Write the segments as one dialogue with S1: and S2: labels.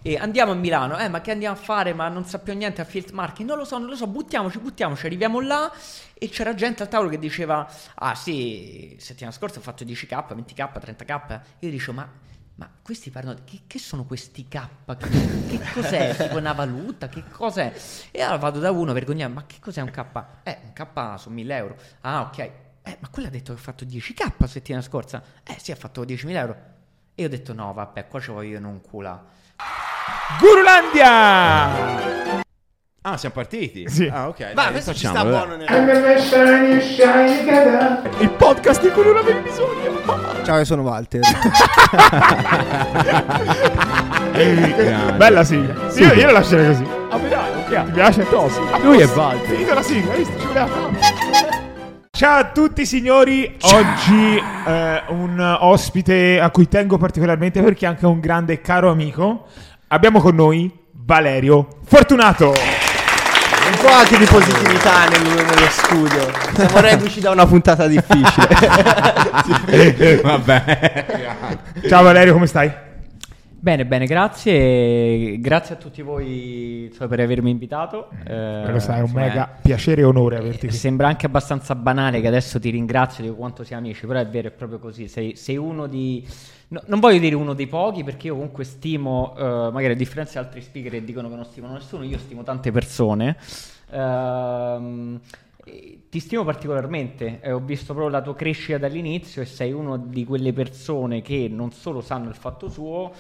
S1: e andiamo a Milano, ma che andiamo a fare? Ma non sappiamo niente a Field Market. Non lo so, buttiamoci, arriviamo là e c'era gente al tavolo che diceva: ah sì, settimana scorsa ho fatto 10k, 20k, 30k. Io dicevo: ma questi parlano che sono questi K? Che cos'è? Tipo una valuta? Che cos'è? E allora vado da uno vergognato: ma che cos'è un K? Un K sono 1.000 euro. Ah, ok. Ma quello ha detto che ha fatto 10k la settimana scorsa. Sì, ha fatto 10.000 euro. E io ho detto: no, vabbè, qua ci voglio non cula.
S2: Gurulandia!
S3: Ah, siamo partiti?
S2: Sì.
S3: Ah, ok.
S4: Ma
S3: dai,
S4: questo ci
S3: facciamo,
S4: sta
S3: dai.
S4: buono.
S2: Il podcast di cui non avevi bisogno.
S5: Ciao, io sono Walter.
S2: Bella sigla. Sì. Io la lascerei così. Ti piace? Lui è Walter. Finita la sigla, hai visto? Ci voleva fare. Ciao a tutti signori, oggi un ospite a cui tengo particolarmente perché è anche un grande e caro amico. Abbiamo con noi Valerio Fortunato.
S4: Un po' anche di positività nello studio. Siamo reduci da una puntata difficile.
S3: Vabbè.
S2: Ciao Valerio, come stai?
S1: Bene, grazie a tutti voi per avermi invitato.
S2: Lo sai, è un mega piacere e onore averti qui.
S1: Sembra anche abbastanza banale che adesso ti ringrazio di quanto siamo amici, però è vero, è proprio così. Sei uno di... No, non voglio dire uno dei pochi, perché io comunque stimo, magari a differenza di altri speaker che dicono che non stimano nessuno, io stimo tante persone. Ti stimo particolarmente, ho visto proprio la tua crescita dall'inizio e sei uno di quelle persone che non solo sanno il fatto suo,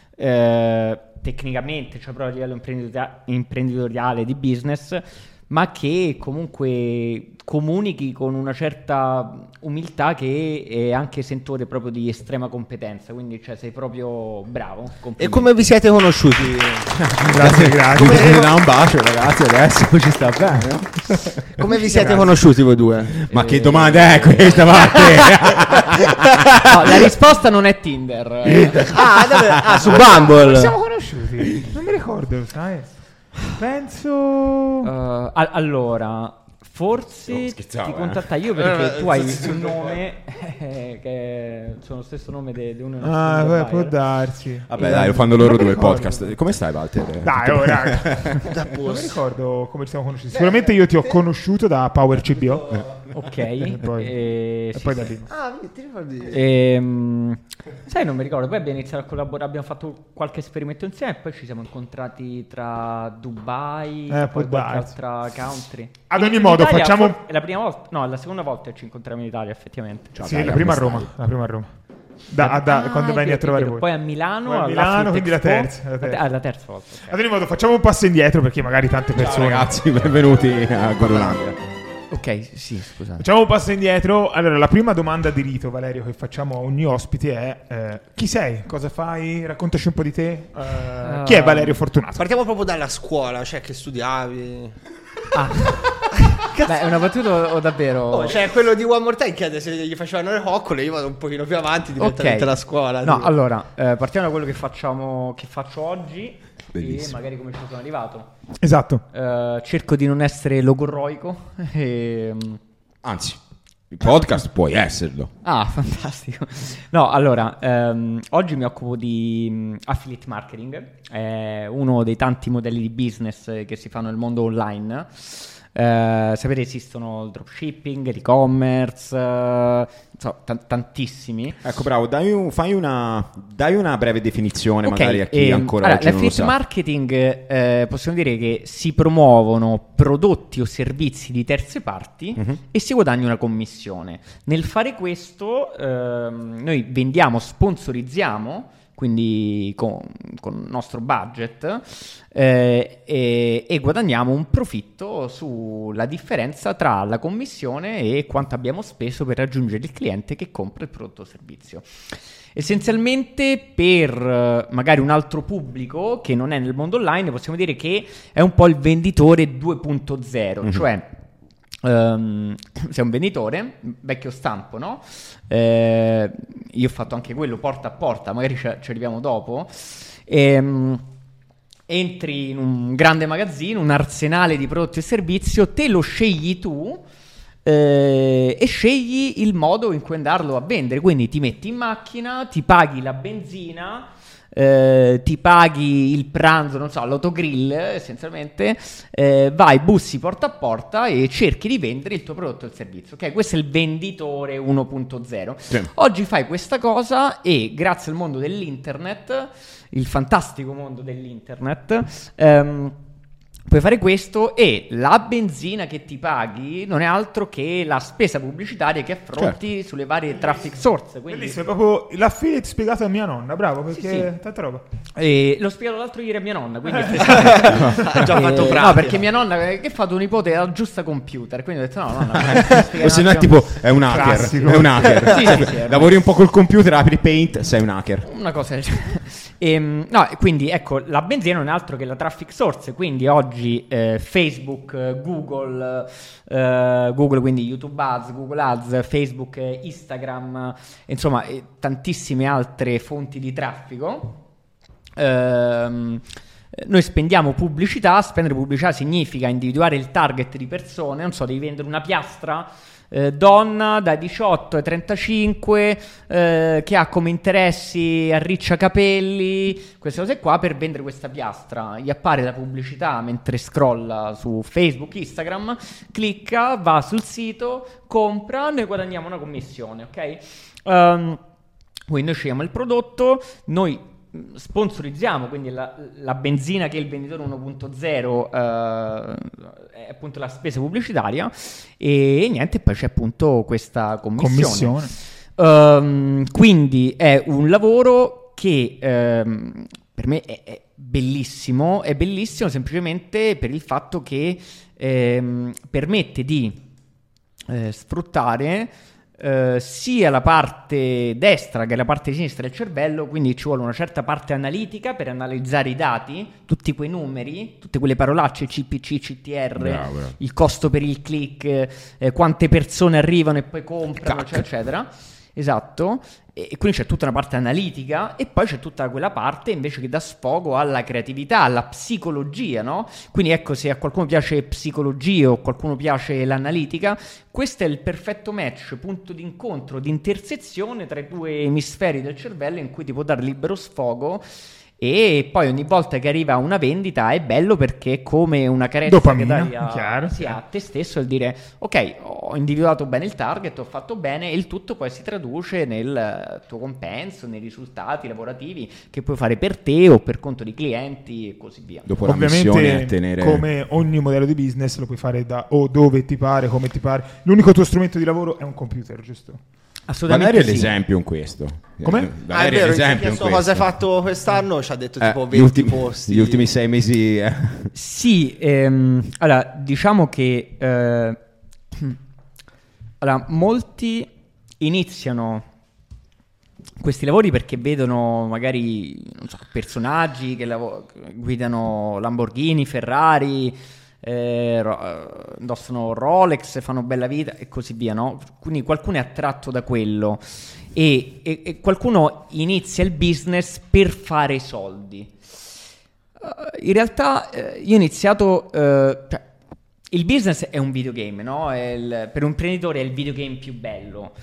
S1: tecnicamente, cioè proprio a livello imprenditoriale di business, ma che comunque comunichi con una certa umiltà che è anche sentore proprio di estrema competenza, quindi cioè sei proprio bravo.
S4: E come vi siete conosciuti?
S2: Grazie.
S3: Mi dà un bacio, ragazzi, adesso ci sta bene.
S4: Come vi siete conosciuti voi due?
S3: Ma che domanda è questa, Matte?
S1: No, la risposta non è Tinder.
S4: Su Bumble.
S2: Siamo conosciuti? Non mi ricordo, sai? Penso...
S1: Allora, forse
S3: scherzavo,
S1: ti contattai io perché tu hai un nome che sono lo stesso nome di uno dei nostri
S2: beh,
S1: buyer.
S2: può darsi.
S3: Vabbè, dai, lo fanno loro
S2: Non mi
S3: due
S2: ricordo.
S3: podcast. Come stai, Walter?
S2: Dai, ora. Non mi ricordo come ci siamo conosciuti. Sicuramente io ti ho conosciuto da Power CBO.
S1: Ok.
S2: E poi
S1: Sì,
S2: da
S1: sì.
S2: lì.
S4: Ah, ti ricordi?
S1: Sai, non mi ricordo. Poi abbiamo iniziato a collaborare, abbiamo fatto qualche esperimento insieme. Poi ci siamo incontrati tra Dubai e
S2: può
S1: poi qualche
S2: darsi.
S1: altra country.
S2: Ad ogni
S1: In
S2: modo,
S1: Italia,
S2: facciamo...
S1: è la prima volta, no, è la seconda volta che ci incontriamo in Italia, effettivamente.
S2: Sì,
S3: dai,
S2: la prima a
S3: come
S2: Roma.
S3: stai?
S2: La prima a Roma. Quando
S1: è
S2: venni a
S1: vero,
S2: trovare
S1: è vero.
S2: voi.
S1: Poi a Milano,
S2: Poi a
S1: alla
S2: Milano,
S1: Field
S2: quindi la
S1: Expo.
S2: terza, la terza.
S1: La terza volta. Ok.
S2: Ad ogni modo, facciamo un passo indietro perché magari tante
S3: Ciao,
S2: persone...
S3: ragazzi, benvenuti a Gurulandia.
S1: Ok, sì, scusate.
S2: Facciamo un passo indietro. Allora, la prima domanda di rito, Valerio, che facciamo a ogni ospite è chi sei? Cosa fai? Raccontaci un po' di te. Chi è Valerio Fortunato?
S4: Partiamo proprio dalla scuola, cioè che studiavi.
S1: Beh, è una battuta o davvero?
S4: Cioè quello di One More Time chiede se gli facevano le coccole, io vado un pochino più avanti direttamente alla scuola.
S1: No,
S4: tipo.
S1: allora, partiamo da quello che faccio oggi.
S3: Bellissimo.
S1: E magari come ci sono arrivato.
S2: Esatto.
S1: Cerco di non essere logorroico.
S3: Anzi, il podcast puoi esserlo.
S1: Ah, fantastico. No, allora, oggi mi occupo di affiliate marketing, è uno dei tanti modelli di business che si fanno nel mondo online. Sapete, esistono il dropshipping, l'e-commerce, tantissimi.
S3: Ecco, bravo, fai una breve definizione magari a chi ancora
S1: allora,
S3: oggi non lo
S1: l'affiliate
S3: sa.
S1: marketing possiamo dire che si promuovono prodotti o servizi di terze parti e si guadagna una commissione. Nel fare questo noi vendiamo, sponsorizziamo, quindi con il nostro budget e guadagniamo un profitto sulla differenza tra la commissione e quanto abbiamo speso per raggiungere il cliente che compra il prodotto o servizio. Essenzialmente per magari un altro pubblico che non è nel mondo online possiamo dire che è un po' il venditore 2.0, cioè sei un venditore vecchio stampo, no? Io ho fatto anche quello porta a porta, magari ci arriviamo dopo. Entri in un grande magazzino, un arsenale di prodotti e servizi, te lo scegli tu e scegli il modo in cui andarlo a vendere. Quindi ti metti in macchina, ti paghi la benzina, ti paghi il pranzo, non so, all'autogrill, essenzialmente, vai, bussi porta a porta e cerchi di vendere il tuo prodotto o il servizio. Ok, questo è il venditore 1.0.
S3: Sì.
S1: Oggi fai questa cosa e grazie al mondo dell'internet, il fantastico mondo dell'internet, puoi fare questo e la benzina che ti paghi non è altro che la spesa pubblicitaria che affronti sulle varie traffic source. Quindi...
S2: Bellissimo, è proprio l'affiliate spiegato a mia nonna, bravo, perché
S1: Sì.
S2: tanta roba.
S1: L'ho spiegato l'altro ieri a mia nonna, quindi
S4: Ha già fatto pratica.
S1: no, perché mia nonna che fa tuo nipote aggiusta computer, quindi ho detto no,
S3: O se no è tipo, è un hacker.
S2: Classico.
S3: È un hacker.
S1: Sì,
S3: Lavori un po' col computer, apri Paint, sei un hacker.
S1: una cosa del genere. No, quindi ecco, la benzina non è altro che la traffic source, quindi oggi Facebook, Google, quindi YouTube Ads, Google Ads, Facebook, Instagram, insomma tantissime altre fonti di traffico. Noi spendiamo pubblicità. Spendere pubblicità significa individuare il target di persone, non so, devi vendere una piastra donna da 18 ai 35 che ha come interessi arriccia capelli, queste cose qua. Per vendere questa piastra gli appare la pubblicità mentre scrolla su Facebook, Instagram, clicca, va sul sito, compra, noi guadagniamo una commissione, ok? Quindi noi scegliamo il prodotto, noi sponsorizziamo, quindi la benzina che è il venditore 1.0 è appunto la spesa pubblicitaria e niente, poi c'è appunto questa commissione. Quindi è un lavoro che per me è bellissimo semplicemente per il fatto che permette di sfruttare sia la parte destra che la parte sinistra del cervello, quindi ci vuole una certa parte analitica per analizzare i dati, tutti quei numeri, tutte quelle parolacce CPC, CTR,
S3: Bravo.
S1: il costo per il click, quante persone arrivano e poi comprano, eccetera. Esatto, e quindi c'è tutta una parte analitica e poi c'è tutta quella parte invece che dà sfogo alla creatività, alla psicologia, no? Quindi ecco, se a qualcuno piace psicologia o a qualcuno piace l'analitica, questo è il perfetto match, punto di incontro, di intersezione tra i due emisferi del cervello in cui ti può dare libero sfogo. E poi ogni volta che arriva una vendita è bello perché è come una carezza
S2: Dopamina,
S1: che dai
S2: chiaro.
S1: a te stesso, il dire ok, ho individuato bene il target, ho fatto bene, e il tutto poi si traduce nel tuo compenso, nei risultati lavorativi che puoi fare per te o per conto di clienti e così via.
S3: Dopo la missione è tenere...
S2: come ogni modello di business lo puoi fare da o dove ti pare, come ti pare. L'unico tuo strumento di lavoro è un computer, giusto?
S1: Assolutamente
S3: Valerio è
S1: sì.
S3: l'esempio in questo.
S2: Come?
S4: È
S3: Valerio è
S4: vero, ci ha
S3: l'esempio in
S4: chiesto
S3: questo.
S4: cosa hai fatto quest'anno, ci ha detto tipo
S3: Gli
S4: 20 posti.
S3: Gli ultimi 6 mesi...
S1: Sì, allora diciamo che allora, molti iniziano questi lavori perché vedono magari, non so, personaggi che guidano Lamborghini, Ferrari, indossano Rolex, fanno bella vita e così via, no? Quindi qualcuno è attratto da quello e qualcuno inizia il business per fare soldi. In realtà io ho iniziato, cioè, il business è un videogame, no? Per un imprenditore è il videogame più bello.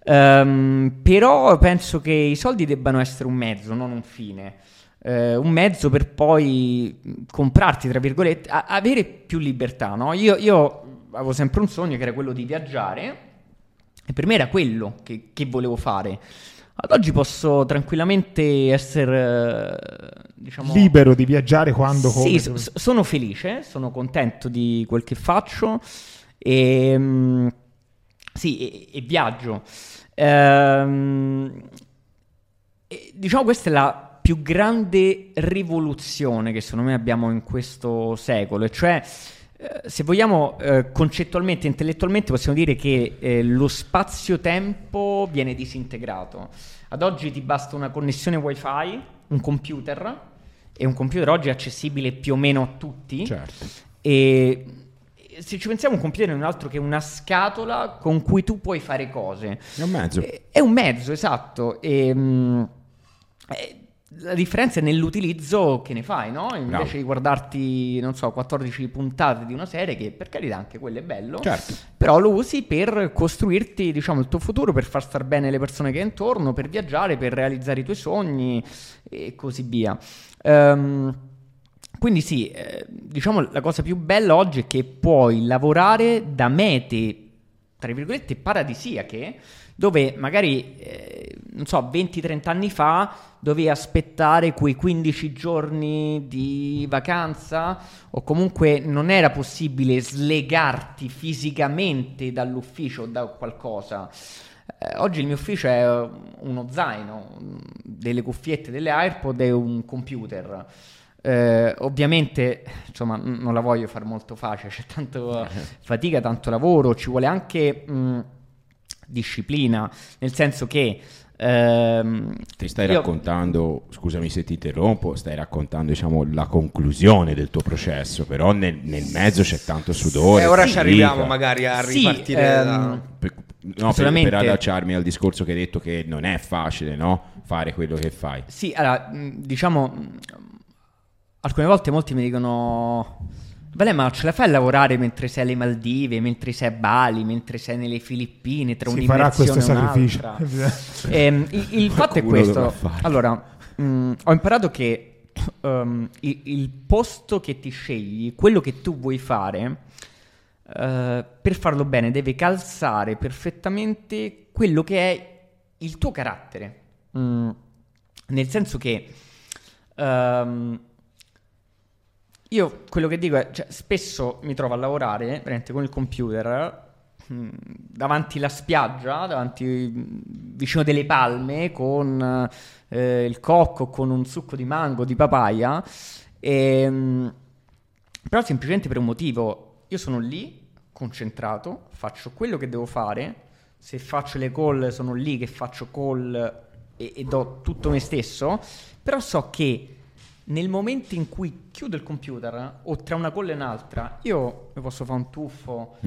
S1: Però penso che i soldi debbano essere un mezzo, non un fine. Un mezzo per poi comprarti, tra virgolette, avere più libertà, no? Io avevo sempre un sogno che era quello di viaggiare e per me era quello che volevo fare. Ad oggi posso tranquillamente essere, diciamo,
S2: libero di viaggiare quando, come.
S1: Sì, sono felice, sono contento di quel che faccio e viaggio. Diciamo questa è la più grande rivoluzione che secondo me abbiamo in questo secolo, e cioè se vogliamo concettualmente, intellettualmente possiamo dire che lo spazio-tempo viene disintegrato. Ad oggi ti basta una connessione wifi, un computer, e un computer oggi è accessibile più o meno a tutti.
S3: Certo.
S1: E se ci pensiamo, un computer non è altro che una scatola con cui tu puoi fare cose.
S3: È un mezzo.
S1: È un mezzo, esatto. La differenza è nell'utilizzo che ne fai, no? Invece di guardarti, non so, 14 puntate di una serie, che per carità anche quello è bello,
S3: certo,
S1: però lo usi per costruirti, diciamo, il tuo futuro, per far star bene le persone che hai intorno, per viaggiare, per realizzare i tuoi sogni e così via. Quindi sì, diciamo la cosa più bella oggi è che puoi lavorare da mete, tra virgolette, paradisiache, dove magari, non so, 20-30 anni fa dovevi aspettare quei 15 giorni di vacanza, o comunque non era possibile slegarti fisicamente dall'ufficio o da qualcosa. Oggi il mio ufficio è uno zaino, delle cuffiette, delle AirPod e un computer. Ovviamente, insomma, non la voglio fare molto facile, c'è tanto fatica, tanto lavoro, ci vuole anche disciplina, nel senso che
S3: ti stai raccontando, scusami se ti interrompo, stai raccontando, diciamo, la conclusione del tuo processo, però nel mezzo c'è tanto sudore.
S4: Ora ci arriviamo magari a ripartire
S3: per allacciarmi al discorso che hai detto, che non è facile, no? Fare quello che fai.
S1: Sì, allora, diciamo, alcune volte molti mi dicono: Beh, ma ce la fai a lavorare mentre sei alle Maldive, mentre sei a Bali, mentre sei nelle Filippine, tra un'immersione e un'altra? Il fatto è questo. Allora, ho imparato che il posto che ti scegli, quello che tu vuoi fare, per farlo bene deve calzare perfettamente quello che è il tuo carattere. Nel senso che io quello che dico è, cioè, spesso mi trovo a lavorare veramente con il computer davanti alla spiaggia, vicino delle palme, con il cocco, con un succo di mango, di papaya, però semplicemente per un motivo: io sono lì concentrato, faccio quello che devo fare, se faccio le call sono lì che faccio call e do tutto me stesso, però so che nel momento in cui chiudo il computer, o tra una call e un'altra, io mi posso fare un tuffo,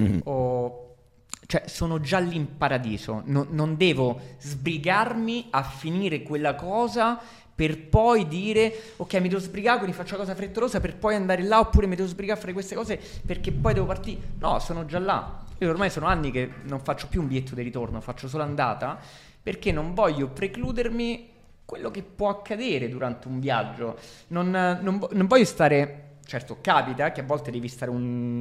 S1: cioè sono già lì in paradiso. Non devo sbrigarmi a finire quella cosa per poi dire ok, mi devo sbrigare, quindi faccio una cosa frettolosa per poi andare là, oppure mi devo sbrigare a fare queste cose perché poi devo partire. No, sono già là. Io ormai sono anni che non faccio più un biglietto di ritorno, faccio solo andata, perché non voglio precludermi quello che può accadere durante un viaggio. Non voglio stare... Certo, capita che a volte devi stare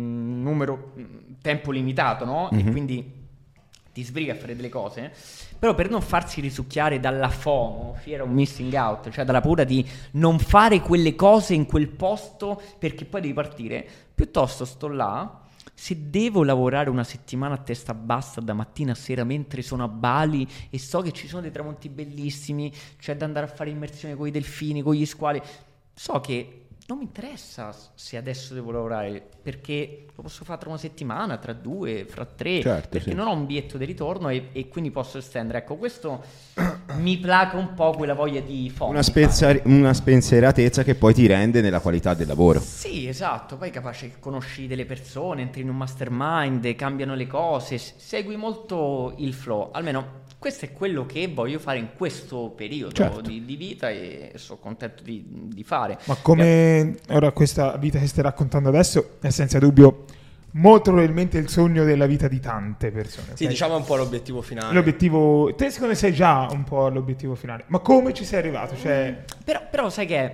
S1: un tempo limitato, no? E quindi ti sbrighi a fare delle cose, però per non farsi risucchiare dalla FOMO, fear of missing out, cioè dalla paura di non fare quelle cose in quel posto perché poi devi partire, piuttosto sto là. Se devo lavorare una settimana a testa bassa da mattina a sera mentre sono a Bali e so che ci sono dei tramonti bellissimi, c'è da andare a fare immersione con i delfini, con gli squali, so che non mi interessa se adesso devo lavorare, perché lo posso fare tra una settimana, tra 2, fra 3, certo, perché non ho un biglietto di ritorno e quindi posso estendere. Ecco, questo mi placa un po' quella voglia di fondo.
S3: Una spensieratezza che poi ti rende nella qualità del lavoro.
S1: Sì, esatto. Poi capace che conosci delle persone, entri in un mastermind, cambiano le cose, segui molto il flow. Almeno questo è quello che voglio fare in questo periodo, certo, di vita, e sono contento di fare.
S2: Ma come ora questa vita che stai raccontando adesso è senza dubbio molto probabilmente il sogno della vita di tante persone.
S4: Sì, okay? Diciamo è un po' l'obiettivo finale.
S2: L'obiettivo, te secondo me sei già un po' all'obiettivo finale, ma come ci sei arrivato? Cioè...
S1: Però sai che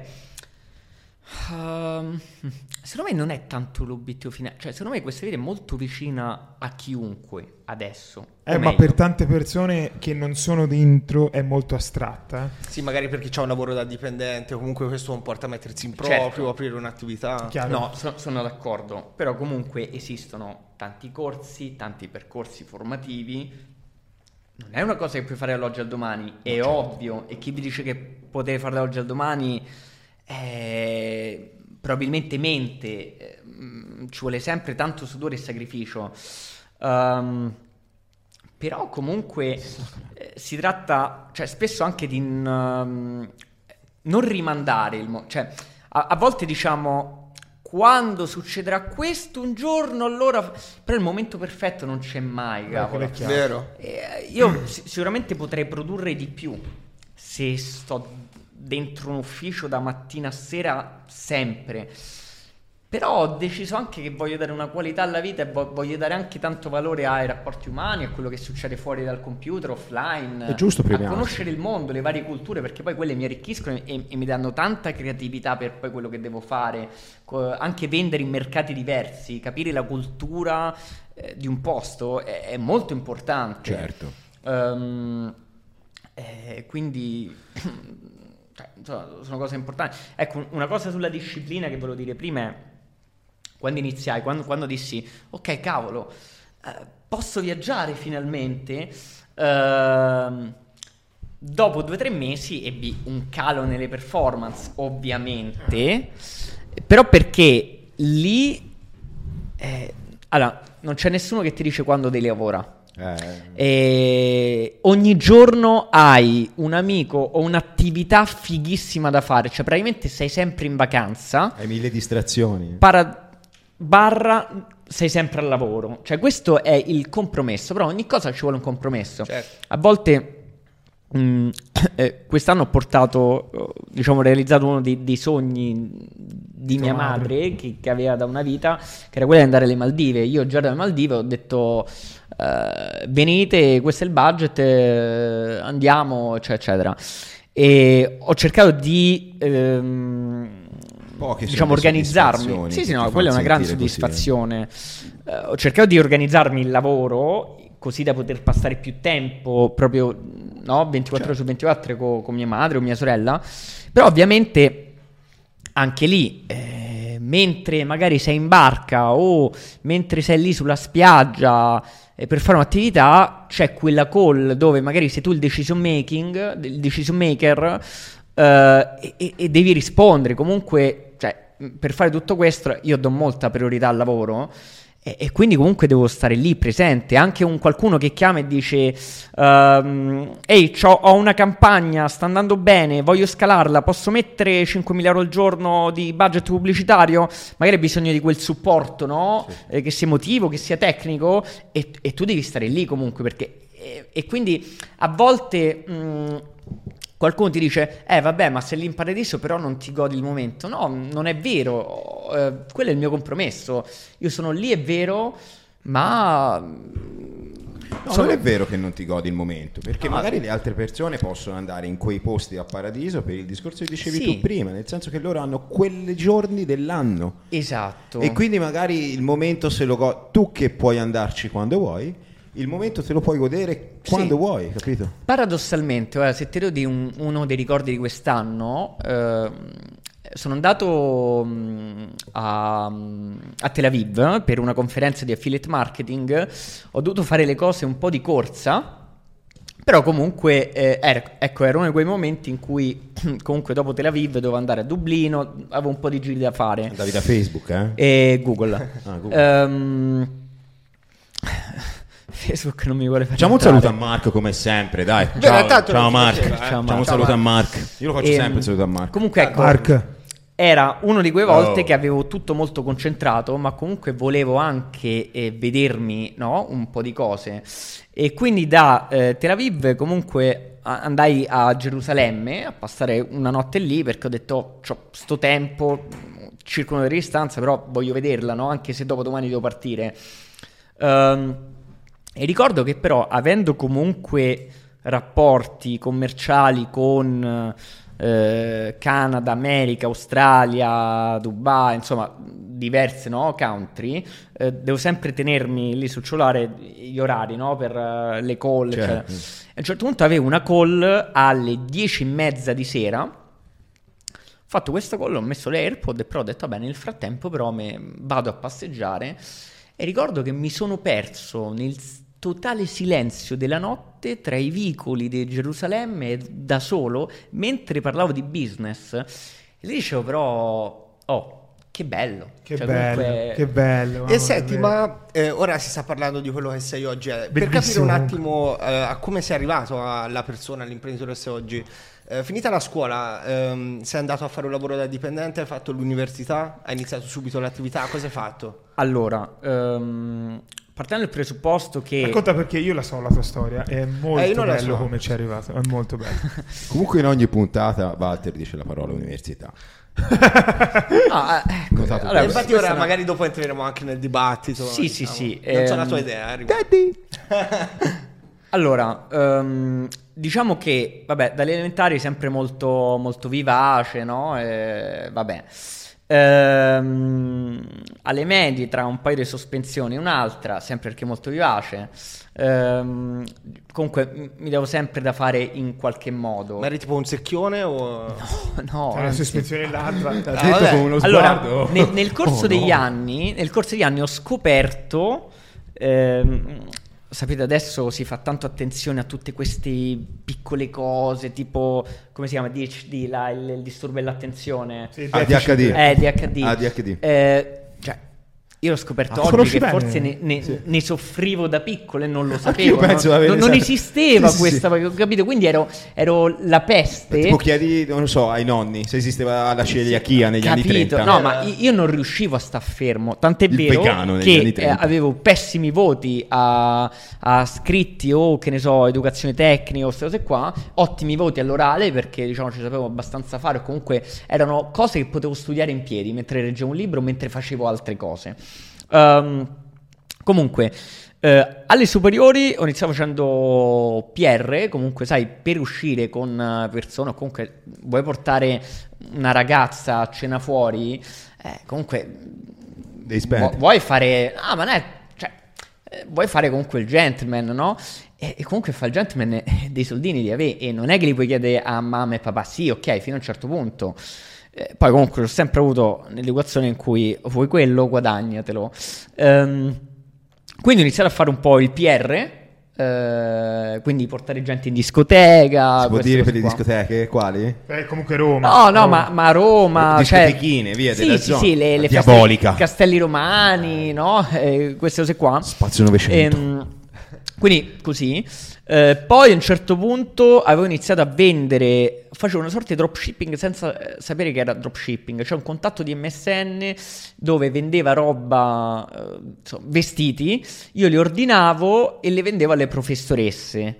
S1: secondo me non è tanto l'obiettivo finale, cioè secondo me questa vita è molto vicina a chiunque adesso.
S2: Ma per tante persone che non sono dentro è molto astratta.
S4: Sì, magari perché c'è un lavoro da dipendente, o comunque questo non porta a mettersi in proprio, certo, aprire un'attività.
S1: Chiaro. No, sono d'accordo, però comunque esistono tanti corsi, tanti percorsi formativi. Non è una cosa che puoi fare dall'oggi al domani, è certo, ovvio, e chi vi dice che potete fare dall'oggi al domani probabilmente mente, ci vuole sempre tanto sudore e sacrificio, però comunque si tratta, cioè spesso anche di non rimandare cioè a volte diciamo quando succederà questo un giorno, allora, però il momento perfetto non c'è mai, cavolo.
S4: È vero.
S1: Io sicuramente potrei produrre di più se sto dentro un ufficio da mattina a sera sempre. Però ho deciso anche che voglio dare una qualità alla vita e voglio dare anche tanto valore ai rapporti umani, a quello che succede fuori dal computer, offline.
S3: È giusto
S1: a conoscere il mondo, le varie culture, perché poi quelle mi arricchiscono e mi danno tanta creatività per poi quello che devo fare. Anche vendere in mercati diversi, capire la cultura di un posto è molto importante.
S3: Certo.
S1: Quindi... sono cose importanti. Ecco, una cosa sulla disciplina che volevo dire prima è quando iniziai, quando dissi ok, cavolo, posso viaggiare finalmente, dopo 2 o 3 mesi ebbi un calo nelle performance, ovviamente, però perché lì allora non c'è nessuno che ti dice quando devi lavorare. E ogni giorno hai un amico o un'attività fighissima da fare, cioè praticamente sei sempre in vacanza,
S3: hai 1000 distrazioni,
S1: barra sei sempre al lavoro, cioè questo è il compromesso, però ogni cosa ci vuole un compromesso.
S4: Certo.
S1: A volte quest'anno ho portato, diciamo, realizzato uno dei sogni di mia madre che aveva da una vita, che era quella di andare alle Maldive. Io già dalle Maldive ho detto venite, questo è il budget, andiamo, eccetera. E ho cercato di diciamo organizzarmi. Sì, no, quella è una grande soddisfazione. Ho cercato di organizzarmi il lavoro così da poter passare più tempo proprio 24 ore su 24 con mia madre o mia sorella. Però ovviamente anche lì mentre magari sei in barca o mentre sei lì sulla spiaggia per fare un'attività, c'è quella call dove magari sei tu il decision maker e devi rispondere. Comunque, cioè, per fare tutto questo io do molta priorità al lavoro e quindi comunque devo stare lì presente. Anche un qualcuno che chiama e dice ehi, ho una campagna, sta andando bene, voglio scalarla, posso mettere 5.000 euro al giorno di budget pubblicitario? Magari hai bisogno di quel supporto, no? Sì. Che sia emotivo, che sia tecnico, e tu devi stare lì comunque, perché e quindi a volte qualcuno ti dice vabbè, ma sei lì in paradiso però non ti godi il momento. No, non è vero, quello è il mio compromesso. Io sono lì, è vero, ma
S3: non è vero che non ti godi il momento, perché magari le altre persone possono andare in quei posti a paradiso per il discorso che dicevi tu prima, nel senso che loro hanno quei giorni dell'anno.
S1: Esatto.
S3: E quindi magari il momento se lo godi tu, che puoi andarci quando vuoi. Il momento te lo puoi godere quando vuoi, capito?
S1: Paradossalmente, se ti devo dire uno dei ricordi di quest'anno, sono andato a Tel Aviv per una conferenza di affiliate marketing. Ho dovuto fare le cose un po' di corsa, però comunque era uno di quei momenti in cui comunque dopo Tel Aviv dovevo andare a Dublino, avevo un po' di giri da fare.
S3: Andavi da Facebook,
S1: E Google. Google. Facebook non mi vuole fare.
S3: Facciamo un saluto a Marco come sempre, dai. Ciao Marco. Facciamo un saluto a Marco. Io lo faccio sempre il saluto a Marco.
S1: Comunque ecco, Mark. Era una di quelle volte che avevo tutto molto concentrato, ma comunque volevo anche vedermi, no? Un po' di cose. E quindi da Tel Aviv comunque andai a Gerusalemme a passare una notte lì, perché ho detto c'ho sto tempo, circa un'ora di distanza, però voglio vederla, no? Anche se dopo domani devo partire. E ricordo che però, avendo comunque rapporti commerciali con Canada, America, Australia, Dubai, insomma diverse, no, country, devo sempre tenermi lì sul cellulare gli orari, no, per le call, certo. A un certo punto avevo una call alle 10:30 di sera. Ho fatto questa call, ho messo le AirPod, però ho detto vabbè, nel frattempo però vado a passeggiare, e ricordo che mi sono perso nel totale silenzio della notte tra i vicoli di Gerusalemme, da solo, mentre parlavo di business. E lì dicevo però che bello,
S2: che bello, comunque... che bello.
S4: E senti, ma ora si sta parlando di quello che sei oggi, per capire un attimo a come sei arrivato alla persona, all'imprenditore che sei oggi. Finita la scuola, sei andato a fare un lavoro da dipendente, hai fatto l'università, hai iniziato subito l'attività, cosa hai fatto?
S1: Allora, Partendo dal presupposto che...
S2: Racconta, perché io la so la tua storia, è molto bello come ci è arrivato, è molto bello.
S3: Comunque in ogni puntata Walter dice la parola università.
S4: Allora, infatti ora magari dopo entreremo anche nel dibattito.
S1: Sì,
S4: diciamo.
S1: sì.
S4: Non so la tua idea.
S3: Daddy!
S1: Allora, diciamo che, vabbè, dalle elementari sempre molto, molto vivace, no? Vabbè. Alle medie, tra un paio di sospensioni e un'altra, sempre perché molto vivace. Comunque mi devo sempre da fare in qualche modo.
S4: Ma eri tipo un secchione o...
S1: No,
S2: Una sospensione l'altra.
S3: L'ha detto con uno sguardo.
S1: Allora, nel corso degli anni ho scoperto... sapete, adesso si fa tanto attenzione a tutte queste piccole cose, tipo, come si chiama, DHD, il disturbo dell'attenzione.
S2: Sì,
S3: ADHD.
S1: ADHD. Cioè, io l'ho scoperto oggi che forse ne soffrivo da piccolo e non lo sapevo. Non esisteva questa, ho capito? Quindi ero la peste.
S3: Tipo chiedi, non lo so, ai nonni se esisteva la celiachia negli anni 30.
S1: No, ma io non riuscivo a star fermo. Tant'è vero che avevo pessimi voti a scritti o, che ne so, educazione tecnica o queste cose qua. Ottimi voti all'orale, perché diciamo ci sapevo abbastanza fare. O comunque erano cose che potevo studiare in piedi mentre leggevo un libro, mentre facevo altre cose. Comunque alle superiori ho iniziato facendo PR, comunque sai, per uscire con persone, o comunque vuoi portare una ragazza a cena fuori, comunque vuoi fare, ma non è, cioè, vuoi fare comunque il gentleman, no? E comunque fa il gentleman dei soldini di avere, e non è che li puoi chiedere a mamma e papà, sì, ok, fino a un certo punto. Poi comunque ho sempre avuto un'educazione in cui vuoi quello, guadagnatelo. Quindi ho iniziato a fare un po' il PR, quindi portare gente in discoteca.
S3: Si può dire per le discoteche quali?
S2: Comunque Roma.
S1: No, ma Roma,
S3: discotechine, via della zona.
S1: Sì, le
S3: Diabolica.
S1: Castelli Romani, no? Queste cose qua.
S3: Spazio 900.
S1: Quindi così. Poi a un certo punto avevo iniziato a vendere, facevo una sorta di dropshipping senza sapere che era dropshipping, cioè un contatto di MSN dove vendeva roba, vestiti, io li ordinavo e le vendevo alle professoresse.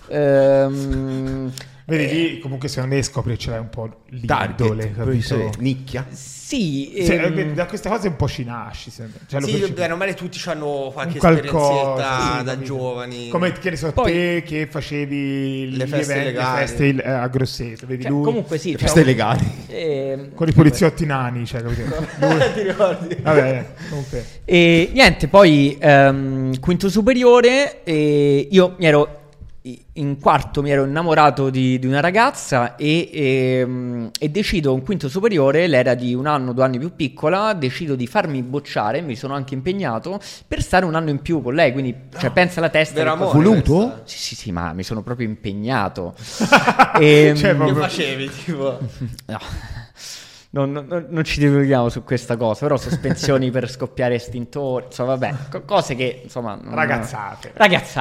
S2: Vedi lì, comunque se non ne scopri ce l'hai un po' l'idole, capito?
S3: Nicchia.
S1: Sì,
S2: da queste cose un po' ci nasci. Cioè,
S4: sì, bene o male tutti hanno qualche esperienzietta da giovani.
S2: Come che ne so, poi, te che facevi
S4: le feste
S2: a Grosseto, vedi
S1: cioè,
S2: lui?
S1: Comunque sì,
S3: le feste legali.
S2: Con i poliziotti nani, cioè, capito?
S4: Ti ricordi?
S2: Vabbè, comunque.
S1: E niente, poi quinto superiore, io mi ero in quarto, mi ero innamorato di una ragazza e decido in quinto superiore, lei era di 1 anno, 2 anni più piccola, decido di farmi bocciare, mi sono anche impegnato per stare 1 anno in più con lei, quindi cioè, pensa alla testa.
S4: Era
S3: voluto?
S1: Sì, ma mi sono proprio impegnato.
S4: Cioè, che facevi, tipo?
S1: No. Non ci divulghiamo su questa cosa, però sospensioni per scoppiare estintori, insomma, vabbè, cose che insomma ragazzate.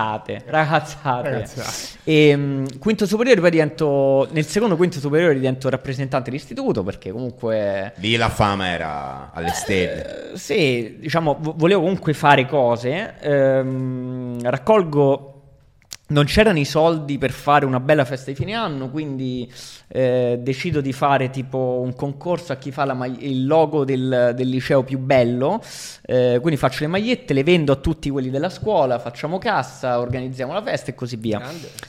S1: E quinto superiore poi nel secondo quinto superiore divento rappresentante d'istituto, perché comunque
S3: lì la fama era alle stelle.
S1: Sì, diciamo, volevo comunque fare cose, raccolgo. Non c'erano i soldi per fare una bella festa di fine anno, quindi decido di fare tipo un concorso a chi fa il logo del liceo più bello, quindi faccio le magliette, le vendo a tutti quelli della scuola, facciamo cassa, organizziamo la festa e così via.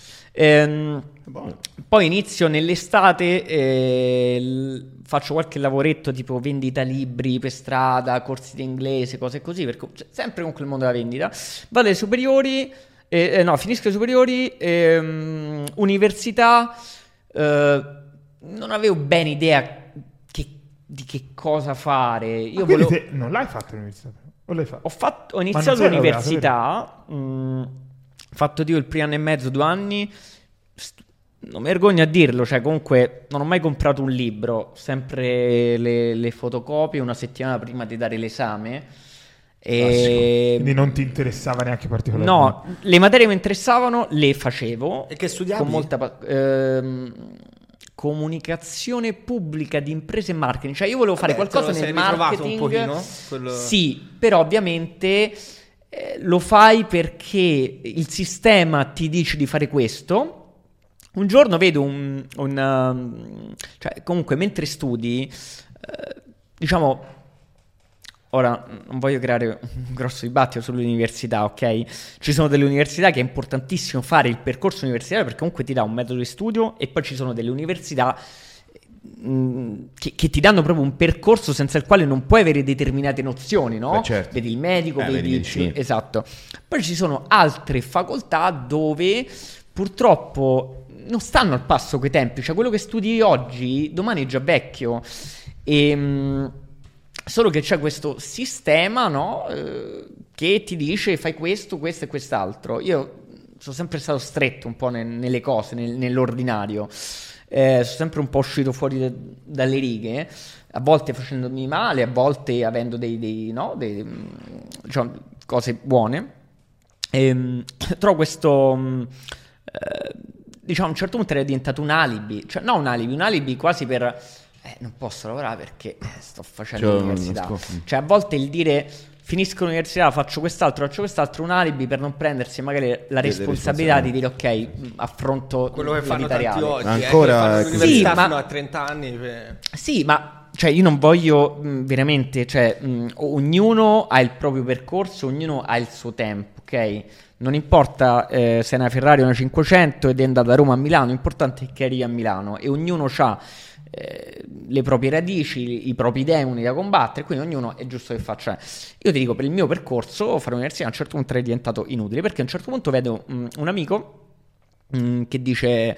S1: Poi inizio nell'estate, faccio qualche lavoretto tipo vendita libri per strada, corsi di inglese, cose così, sempre con quel mondo della vendita. Vado alle superiori. Finisco le superiori, università, non avevo bene idea di che cosa fare. Io
S2: non l'hai fatto l'università? O l'hai fatto?
S1: Ho iniziato l'università, ho fatto il primo anno e mezzo, 2 anni, non mi vergogno a dirlo, cioè comunque non ho mai comprato un libro, sempre le fotocopie 1 settimana prima di dare l'esame.
S2: Quindi non ti interessava neanche particolarmente?
S1: No, le materie che mi interessavano le facevo.
S4: E che studiavi?
S1: Con molta comunicazione pubblica di imprese e marketing. Cioè io volevo fare qualcosa nel marketing.
S4: Un pochino?
S1: Sì, però ovviamente lo fai perché il sistema ti dice di fare questo. Un giorno vedo cioè comunque mentre studi, diciamo, ora non voglio creare un grosso dibattito sulle università, ok? Ci sono delle università che è importantissimo fare il percorso universitario perché comunque ti dà un metodo di studio, e poi ci sono delle università che ti danno proprio un percorso senza il quale non puoi avere determinate nozioni, no?
S3: Certo.
S1: Vedi il medico,
S3: vedi
S1: esatto. Poi ci sono altre facoltà dove purtroppo non stanno al passo coi tempi, cioè quello che studi oggi domani è già vecchio, solo che c'è questo sistema, no? Che ti dice fai questo, questo e quest'altro. Io sono sempre stato stretto un po' nelle cose, nell'ordinario. Sono sempre un po' uscito fuori dalle righe, a volte facendomi male, a volte avendo diciamo, cose buone. Trovo questo, diciamo, a un certo punto era diventato un alibi, cioè no un alibi quasi per non posso lavorare perché sto facendo l'università. Cioè a volte il dire finisco l'università, faccio quest'altro, un alibi per non prendersi magari la responsabilità di dire ok, affronto
S4: quello che fanno
S1: tanti
S4: oggi,
S3: ancora
S4: l'università fino a 30 anni
S1: sì, ma cioè io non voglio veramente, cioè ognuno ha il proprio percorso, ognuno ha il suo tempo, ok? Non importa se è una Ferrari o una 500 ed è andata da Roma a Milano, l'importante è che arrivi a Milano, e ognuno ha le proprie radici, i propri demoni da combattere, quindi ognuno è giusto che faccia. Io ti dico, per il mio percorso fare l'università a un certo punto è diventato inutile, perché a un certo punto vedo un amico che dice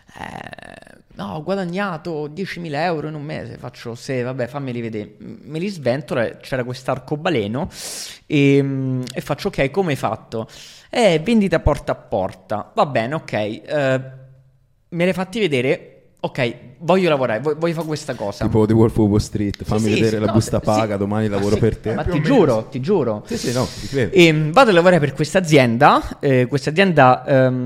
S1: no, ho guadagnato 10.000 euro in un mese. Faccio, se vabbè, fammeli vedere, me li sventolo, c'era quest'arcobaleno e faccio ok, come hai fatto? Vendita porta a porta, va bene, ok, me l'hai fatti vedere. Ok, voglio lavorare, voglio fare questa cosa.
S3: Tipo The Wolf of Wall Street, fammi vedere la busta paga, domani lavoro per te.
S1: Ma ti giuro.
S3: Sì, no, ti credo.
S1: E vado a lavorare per questa azienda. Questa azienda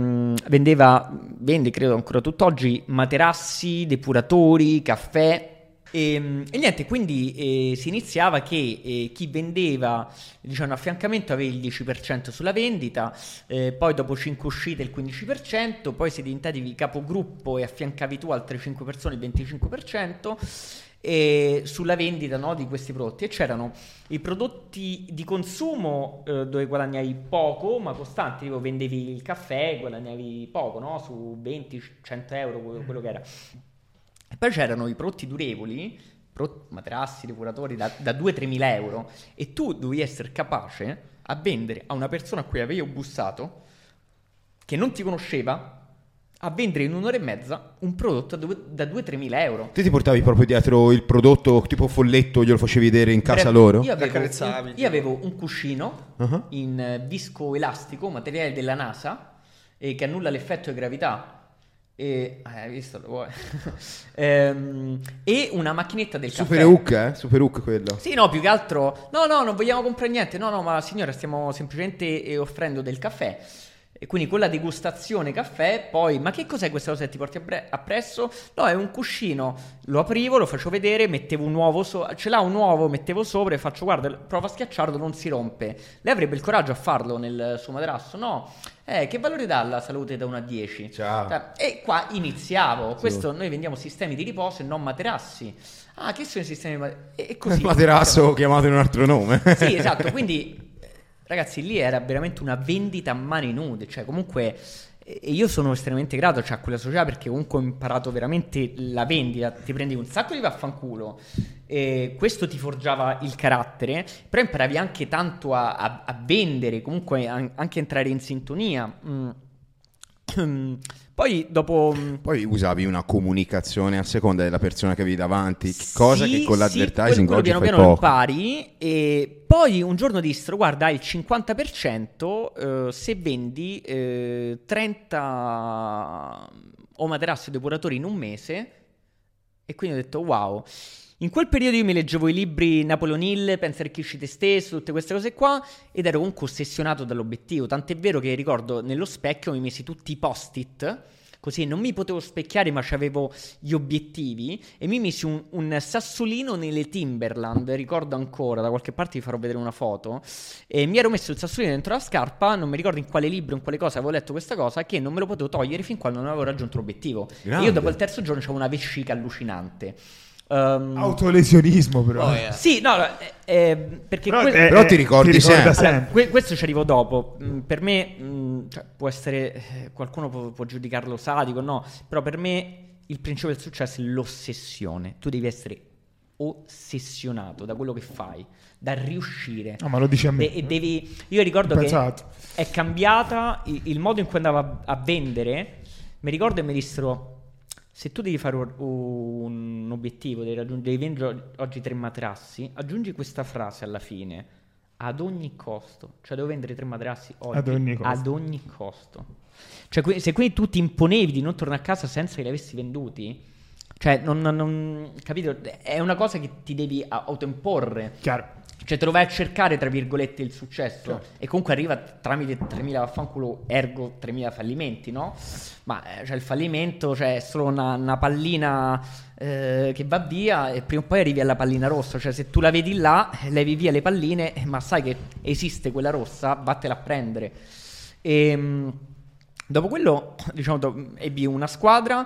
S1: vende, credo ancora tutt'oggi, materassi, depuratori, caffè. E niente, quindi si iniziava che chi vendeva, diciamo, affiancamento aveva il 10% sulla vendita, poi dopo 5 uscite il 15%, poi se diventavi capogruppo e affiancavi tu altre 5 persone il 25%, e sulla vendita, no, di questi prodotti. E c'erano i prodotti di consumo dove guadagnavi poco ma costanti, tipo vendevi il caffè, guadagnavi poco, no, su 20-100 euro, quello che era. E poi c'erano i prodotti durevoli, materassi, depuratori da 2-3 mila euro, e tu dovevi essere capace a vendere a una persona a cui avevi bussato, che non ti conosceva, a vendere in un'ora e mezza un prodotto da 2-3 mila euro.
S3: Te ti portavi proprio dietro il prodotto tipo folletto, glielo facevi vedere in casa loro?
S1: Io avevo un cuscino in visco elastico, materiale della NASA, che annulla l'effetto di gravità. Hai visto? Lo vuoi? E una macchinetta del
S3: Super
S1: caffè.
S3: Super hook quello.
S1: Sì, no, più che altro no, non vogliamo comprare niente. No, ma signora, stiamo semplicemente offrendo del caffè. E quindi con la degustazione caffè, poi, ma che cos'è questa cosa che ti porti appresso? No, è un cuscino. Lo aprivo, lo faccio vedere, mettevo un uovo, ce l'ha un uovo, mettevo sopra e faccio, guarda, prova a schiacciarlo, non si rompe. Lei avrebbe il coraggio a farlo nel suo materasso? No. Che valore dà alla salute da 1 a 10?
S3: Ciao.
S1: E qua iniziavo. Questo, noi vendiamo sistemi di riposo e non materassi. Ah, che sono i sistemi e così.
S3: Materasso chiamato in un altro nome.
S1: Sì, esatto, quindi ragazzi, lì era veramente una vendita a mani nude, cioè comunque, e io sono estremamente grato, cioè, a quella società, perché comunque ho imparato veramente la vendita, ti prendi un sacco di vaffanculo, e questo ti forgiava il carattere, però imparavi anche tanto a vendere, comunque anche entrare in sintonia. Poi dopo
S3: Poi usavi una comunicazione a seconda della persona che avevi davanti, cosa che con l'advertising oggi fai poco.
S1: Impari. E poi un giorno dissero, guarda, hai il 50% se vendi 30 o materassi o depuratori in un mese. E quindi ho detto wow. In quel periodo io mi leggevo i libri Napoleon Hill, Pensa e arricchisci te stesso, tutte queste cose qua, ed ero comunque ossessionato dall'obiettivo, tant'è vero che ricordo nello specchio mi misi tutti i post-it così, non mi potevo specchiare, ma c'avevo gli obiettivi, e mi misi un sassolino nelle Timberland, ricordo ancora, da qualche parte vi farò vedere una foto, e mi ero messo il sassolino dentro la scarpa, non mi ricordo in quale libro, in quale cosa avevo letto questa cosa, che non me lo potevo togliere fin quando non avevo raggiunto l'obiettivo. E io dopo il terzo giorno c'avevo una vescica allucinante.
S2: Autolesionismo, però.
S1: Sì, no, perché
S3: però ti ricordi sempre.
S1: Allora, questo ci arrivo dopo. Per me, cioè, può essere, qualcuno può giudicarlo sadico, no, però per me il principio del successo è l'ossessione. Tu devi essere ossessionato da quello che fai, da riuscire.
S2: No, ma lo dici a me.
S1: Io ricordo che è cambiata il modo in cui andavo a vendere. Mi ricordo e mi dissero: se tu devi fare un obiettivo, devi vendere oggi 3 materassi, aggiungi questa frase alla fine: ad ogni costo. Cioè devo vendere 3 materassi oggi ad ogni costo. Cioè se quindi tu ti imponevi di non tornare a casa senza che li avessi venduti, cioè non capito? È una cosa che ti devi autoimporre.
S2: Chiaro.
S1: Cioè te lo vai a cercare, tra virgolette, il successo,
S2: certo.
S1: E comunque arriva tramite 3.000 vaffanculo, ergo 3.000 fallimenti, no? Ma cioè, il fallimento, cioè, è solo una pallina che va via, e prima o poi arrivi alla pallina rossa. Cioè se tu la vedi là, levi via le palline, ma sai che esiste quella rossa, vattela a prendere. E dopo quello, diciamo, ebbi una squadra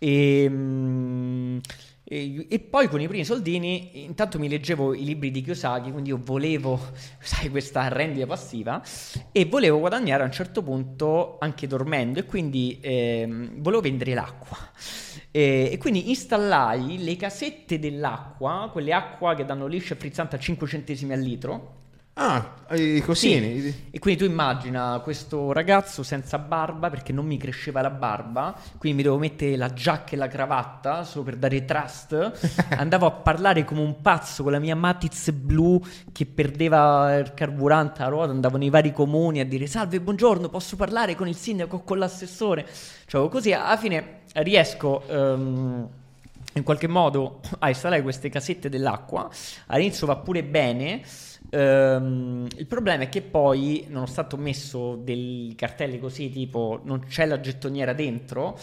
S1: e poi con i primi soldini intanto mi leggevo i libri di Kiyosaki, quindi io volevo, sai, questa rendita passiva, e volevo guadagnare a un certo punto anche dormendo, e quindi volevo vendere l'acqua, e quindi installai le casette dell'acqua, quelle acqua che danno liscia e frizzante a 5 centesimi al litro.
S3: I cosini.
S1: Sì. E quindi tu immagina questo ragazzo senza barba, perché non mi cresceva la barba, quindi mi dovevo mettere la giacca e la cravatta solo per dare trust. Andavo a parlare come un pazzo con la mia Matiz blu che perdeva il carburante a ruota, andavo nei vari comuni a dire: salve, buongiorno, posso parlare con il sindaco o con l'assessore? Cioè così alla fine riesco in qualche modo a installare queste casette dell'acqua. All'inizio va pure bene. Il problema è che poi, nonostante ho messo dei cartelli così tipo non c'è la gettoniera dentro,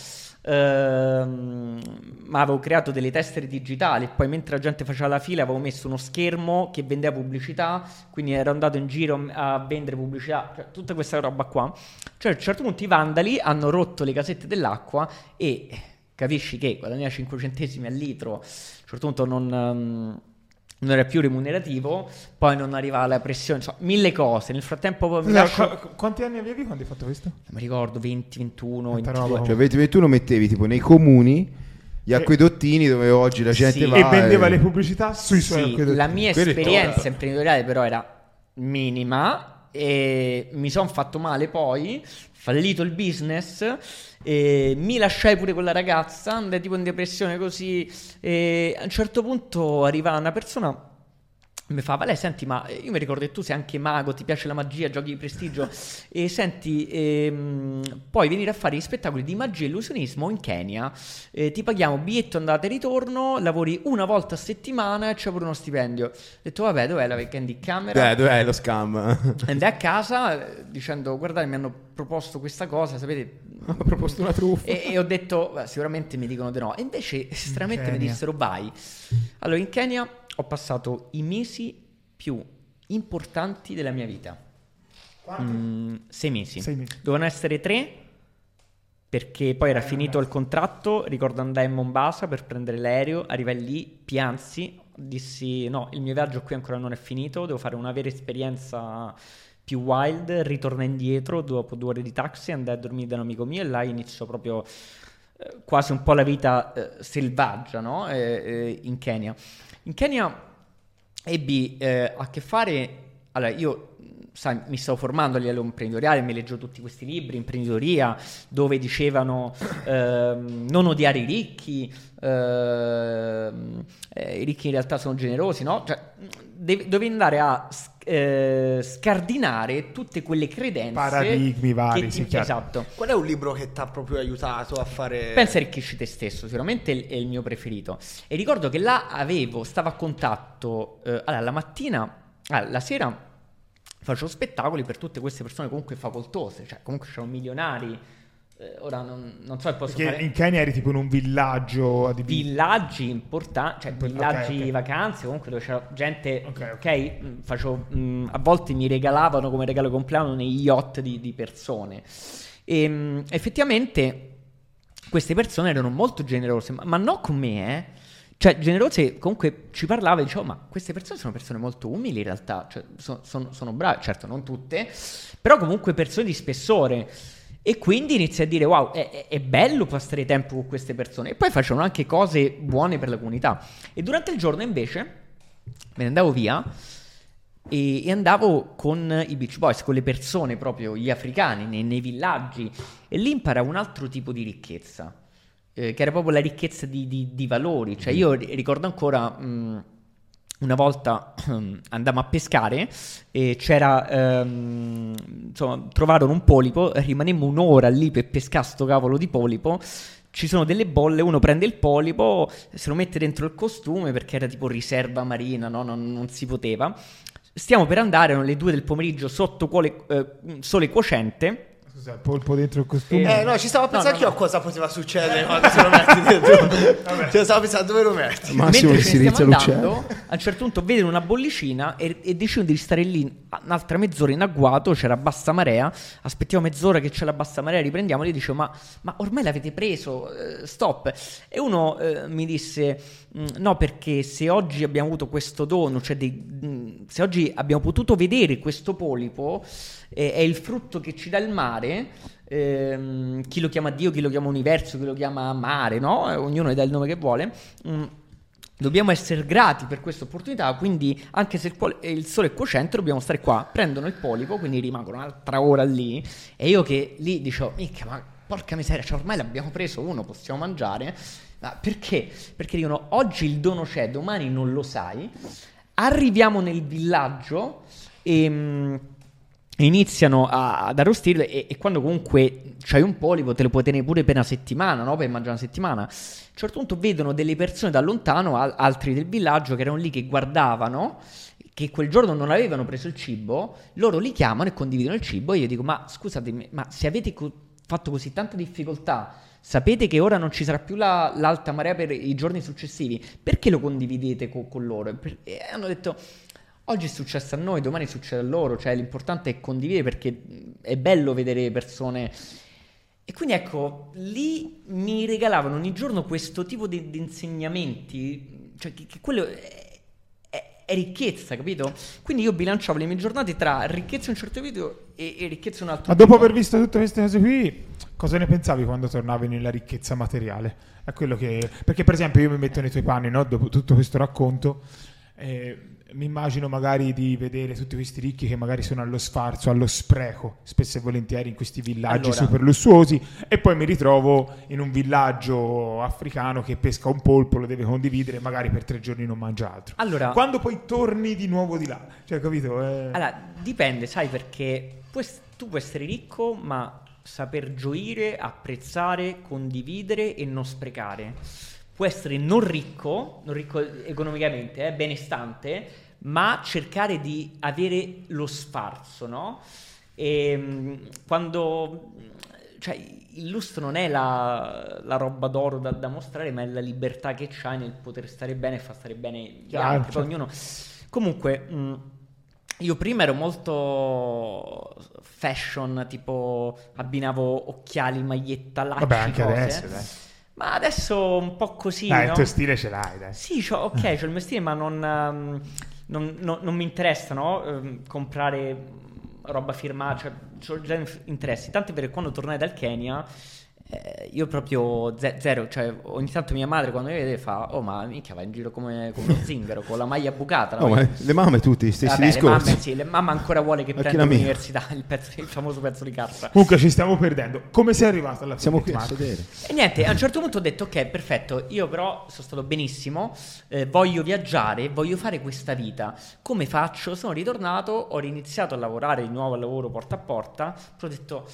S1: ma avevo creato delle tessere digitali, e poi mentre la gente faceva la fila avevo messo uno schermo che vendeva pubblicità, quindi ero andato in giro a vendere pubblicità, cioè tutta questa roba qua. Cioè a un certo punto i vandali hanno rotto le casette dell'acqua, e capisci che guadagnare 5 centesimi al litro a un certo punto non era più remunerativo, poi non arrivava la pressione, insomma, 1000 cose. Nel frattempo poi
S2: quanti anni avevi quando hai fatto questo?
S1: Non mi ricordo, 20, 21,
S2: 22.
S3: Cioè 20-21 mettevi tipo nei comuni gli acquedottini dove oggi la gente va
S2: e vendeva le pubblicità sui suoi acquedottini.
S1: La mia esperienza imprenditoriale però era minima, e mi sono fatto male poi, fallito il business, mi lasciai pure con la ragazza, andai tipo in depressione così, e a un certo punto arriva una persona, mi fa: Vale, senti, ma io mi ricordo che tu sei anche mago, ti piace la magia, giochi di prestigio, e senti, puoi venire a fare gli spettacoli di magia e illusionismo in Kenya, ti paghiamo biglietto andata e ritorno, lavori una volta a settimana e c'è pure uno stipendio. Ho detto: vabbè, dov'è la candy camera?
S3: Dov'è lo scam?
S1: Andai a casa dicendo: guardate, mi hanno proposto questa cosa, sapete,
S3: ho proposto una truffa,
S1: e ho detto: beh, sicuramente mi dicono di no, e invece stranamente mi dissero: vai. Allora in Kenya ho passato i mesi più importanti della mia vita. 6 mesi. Dovevano essere 3, perché poi era finito il contratto. Ricordo, andai in Mombasa per prendere l'aereo, arrivai lì, piansi, dissi: no, il mio viaggio qui ancora non è finito, devo fare una vera esperienza più wild. Ritornai indietro dopo 2 ore di taxi, andai a dormire da un amico mio, e là iniziò proprio quasi un po' la vita selvaggia, no? In Kenya. In Kenya ebbi a che fare. Allora, io, sai, mi stavo formando a livello imprenditoriale, mi leggevo tutti questi libri, imprenditoria, dove dicevano non odiare i ricchi, i ricchi in realtà sono generosi, no? Cioè, dovevi andare a scardinare tutte quelle credenze,
S2: paradigmi vari,
S1: esatto.
S4: Qual è un libro che ti ha proprio aiutato a fare?
S1: Pensa a Arricchisci te stesso, sicuramente è il mio preferito. E ricordo che là stavo a contatto, allora, la mattina, la sera facevo spettacoli per tutte queste persone comunque facoltose, cioè comunque c'erano milionari, ora non so se posso
S2: perché
S1: fare...
S2: in Kenya eri tipo in un villaggio
S1: villaggi importanti, cioè villaggi vacanze, comunque dove c'era gente, facevo, a volte mi regalavano come regalo di compleanno nei yacht di persone, e effettivamente queste persone erano molto generose, ma non con me, cioè generose, comunque ci parlava e dicevo, ma queste persone sono persone molto umili in realtà, cioè sono brave, certo non tutte, però comunque persone di spessore. E quindi inizi a dire, wow, è bello passare tempo con queste persone. E poi facevano anche cose buone per la comunità. E durante il giorno invece me ne andavo via e andavo con i Beach Boys, con le persone proprio, gli africani, nei villaggi. E lì imparavo un altro tipo di ricchezza, che era proprio la ricchezza di valori. Cioè io ricordo ancora... una volta andammo a pescare e c'era, insomma, trovarono un polipo, rimanemmo un'ora lì per pescare sto cavolo di polipo. Ci sono delle bolle, uno prende il polipo, se lo mette dentro il costume perché era tipo riserva marina, no? Non si poteva. Stiamo per andare, erano le 2 del pomeriggio sotto sole cocente.
S2: Scusa, il polpo dentro il costume?
S4: No, ci stavo pensando io a cosa poteva succedere quando se lo metti dentro. Cioè, stavo pensando dove lo metti.
S1: Mentre ci stiamo andando, a un certo punto vedono una bollicina e decidono di stare lì un'altra mezz'ora in agguato, c'era bassa marea, aspettiamo mezz'ora che c'è la bassa marea, riprendiamo, e dicevo ma ormai l'avete preso, stop. E uno mi disse no, perché se oggi abbiamo avuto questo dono, cioè se oggi abbiamo potuto vedere questo polipo, è il frutto che ci dà il mare, chi lo chiama Dio, chi lo chiama universo, chi lo chiama mare, no? Ognuno gli dà il nome che vuole. Dobbiamo essere grati per questa opportunità, quindi anche se il sole è cocente dobbiamo stare qua. Prendono il polipo, quindi rimangono un'altra ora lì, e io che lì dicevo, mica, ma porca miseria, cioè ormai l'abbiamo preso uno, possiamo mangiare. Ma perché? Perché dicono, oggi il dono c'è, domani non lo sai. Arriviamo nel villaggio e iniziano ad arrostirlo, e quando comunque c'hai un polipo te lo puoi tenere pure per una settimana, no? Per mangiare una settimana. A un certo punto vedono delle persone da lontano, altri del villaggio, che erano lì che guardavano, che quel giorno non avevano preso il cibo. Loro li chiamano e condividono il cibo, e io dico, ma scusatemi, ma se avete fatto così tanta difficoltà, sapete che ora non ci sarà più l'alta marea per i giorni successivi, perché lo condividete con loro? E hanno detto, oggi è successo a noi, domani succede a loro, cioè l'importante è condividere, perché è bello vedere persone. E quindi ecco, lì mi regalavano ogni giorno questo tipo di insegnamenti, cioè che quello è ricchezza, capito? Quindi io bilanciavo le mie giornate tra ricchezza un certo video e ricchezza un altro.
S2: Ma dopo aver visto tutte queste cose qui, cosa ne pensavi quando tornavi nella ricchezza materiale? È quello che... Perché per esempio io mi metto nei tuoi panni, no? Dopo tutto questo racconto, mi immagino magari di vedere tutti questi ricchi che magari sono allo sfarzo, allo spreco, spesso e volentieri in questi villaggi super lussuosi, e poi mi ritrovo in un villaggio africano che pesca un polpo, lo deve condividere, magari per 3 giorni non mangia altro.
S1: Allora,
S2: quando poi torni di nuovo di là, cioè, capito?
S1: Allora, dipende, sai, perché tu puoi essere ricco, ma saper gioire, apprezzare, condividere e non sprecare. Può essere non ricco economicamente, benestante, ma cercare di avere lo sfarzo, no? E quando, cioè, il lustro non è la roba d'oro da mostrare, ma è la libertà che c'hai nel poter stare bene e far stare bene gli altri. Poi ognuno... Comunque, io prima ero molto fashion, tipo abbinavo occhiali, maglietta, lacci,
S2: vabbè, anche
S1: cose.
S2: adesso, dai.
S1: Ma adesso un po' così,
S2: no?
S1: Il
S2: tuo stile ce l'hai, dai.
S1: Sì, c'ho il mio stile, ma non mi interessa, no? Comprare roba firmata, cioè c'ho già interessi. Tanto è vero che quando tornai dal Kenya, io proprio zero, cioè ogni tanto mia madre quando mi vede fa, oh ma minchia vai in giro come uno zingaro con la maglia bucata.
S3: No, ma le mamme tutti gli stessi discorsi.
S1: Le mamme ancora vuole che prenda all'università il famoso pezzo di carta.
S2: Comunque ci stiamo perdendo. Come sei arrivato alla fine?
S3: Siamo qui a sedere.
S1: E niente, a un certo punto ho detto ok, perfetto, io però sono stato benissimo, voglio viaggiare, voglio fare questa vita. Come faccio? Sono ritornato, ho riniziato a lavorare di nuovo al lavoro porta a porta, però ho detto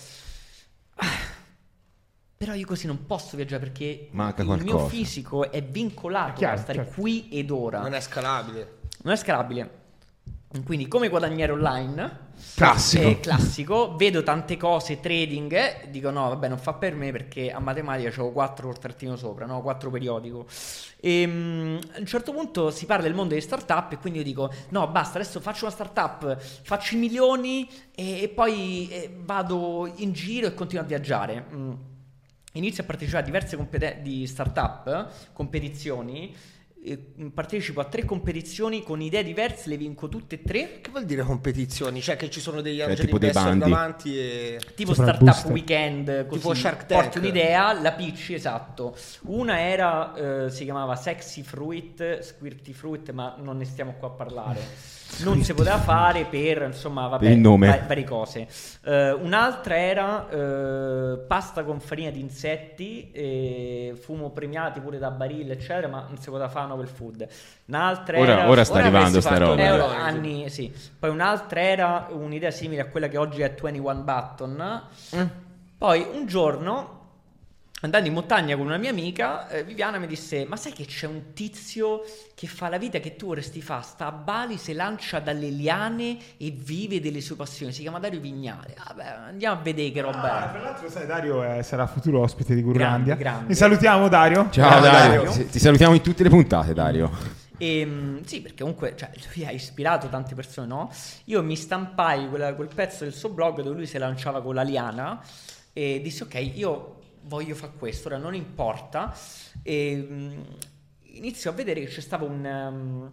S1: però io così non posso viaggiare perché
S3: manca
S1: il
S3: qualcosa.
S1: mio fisico è vincolato a stare qui ed ora.
S4: Non è scalabile.
S1: Non è scalabile. Quindi come guadagnare online.
S2: Classico.
S1: Vedo tante cose, trading, dico no, vabbè, non fa per me perché a matematica c'avevo 4 col trattino sopra, no, 4 periodico. E a un certo punto si parla del mondo delle startup e quindi io dico no, basta, adesso faccio una startup, faccio i milioni e poi vado in giro e continuo a viaggiare. Inizio a partecipare a diverse di startup, competizioni. Partecipo a 3 competizioni con idee diverse, le vinco tutte e 3.
S4: Che vuol dire competizioni? Cioè che ci sono degli angeli
S3: tipo dei
S4: investor
S3: bandi
S4: davanti e...
S1: tipo startup weekend, così,
S4: tipo Shark Tank.
S1: porti un'idea, la pitch, esatto. Una era si chiamava Sexy Fruit, Squirty Fruit, ma non ne stiamo qua a parlare. Non si poteva fare per, insomma, vabbè,
S3: il nome.
S1: varie cose. Un'altra era pasta con farina di insetti, fumo premiati pure da barile, eccetera, ma non si poteva fare novel food. Un'altra
S3: ora sta arrivando sta roba.
S1: Anni, sì. Poi un'altra era un'idea simile a quella che oggi è 21 Button. Poi un giorno, andando in montagna con una mia amica, Viviana mi disse: ma sai che c'è un tizio che fa la vita che tu vorresti fare, sta a Bali, si lancia dalle liane e vive delle sue passioni, si chiama Dario Vignale. Vabbè, andiamo a vedere che roba è.
S2: Tra l'altro sai, Dario sarà futuro ospite di Gurulandia.
S1: Grande.
S2: Ti salutiamo, Dario.
S3: Ciao Dario. Ti salutiamo in tutte le puntate, Dario.
S1: Sì, perché comunque lui ha ispirato tante persone, no? Io mi stampai quel pezzo del suo blog dove lui si lanciava con la liana e dissi ok, io voglio fare questo, ora non importa. E inizio a vedere che c'è stato un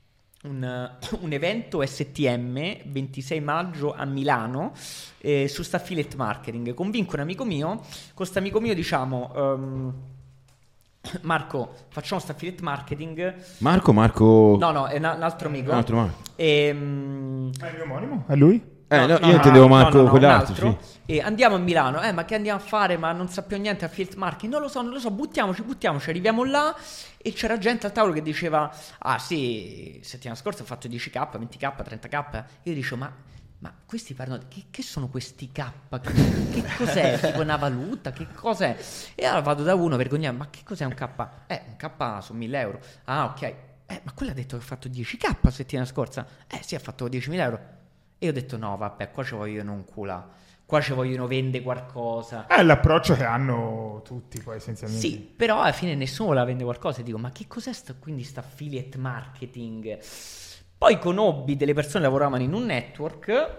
S1: evento STM 26 maggio a Milano su sta affiliate marketing. Convinco un amico mio, con questo amico mio diciamo Marco, facciamo sta affiliate marketing.
S3: Marco?
S1: No, è un altro amico.
S3: Un altro Marco.
S2: È il mio omonimo? È lui?
S3: Io intendevo Marco quell'altro.
S1: Sì. E andiamo a Milano, ma che andiamo a fare? Ma non sappiamo niente a affiliate marketing. Non lo so, buttiamoci. Arriviamo là e c'era gente al tavolo che diceva: ah sì, settimana scorsa ho fatto 10k, 20k, 30k. Io dicevo: ma questi parlano che sono questi K? Che cos'è? Tipo una valuta? Che cos'è? E allora vado da uno vergognato: ma che cos'è un K? Un K sono 1.000 euro. Ah, ok. Ma quello ha detto che ha fatto 10k la settimana scorsa. Sì, ha fatto 10.000 euro. E io ho detto no, vabbè, qua ci vogliono un culo. Qua ci vogliono vendere qualcosa.
S2: È l'approccio che hanno tutti poi essenzialmente.
S1: Sì, però alla fine nessuno la vende qualcosa. E dico, ma che cos'è quindi sta affiliate marketing? Poi conobbi delle persone che lavoravano in un network.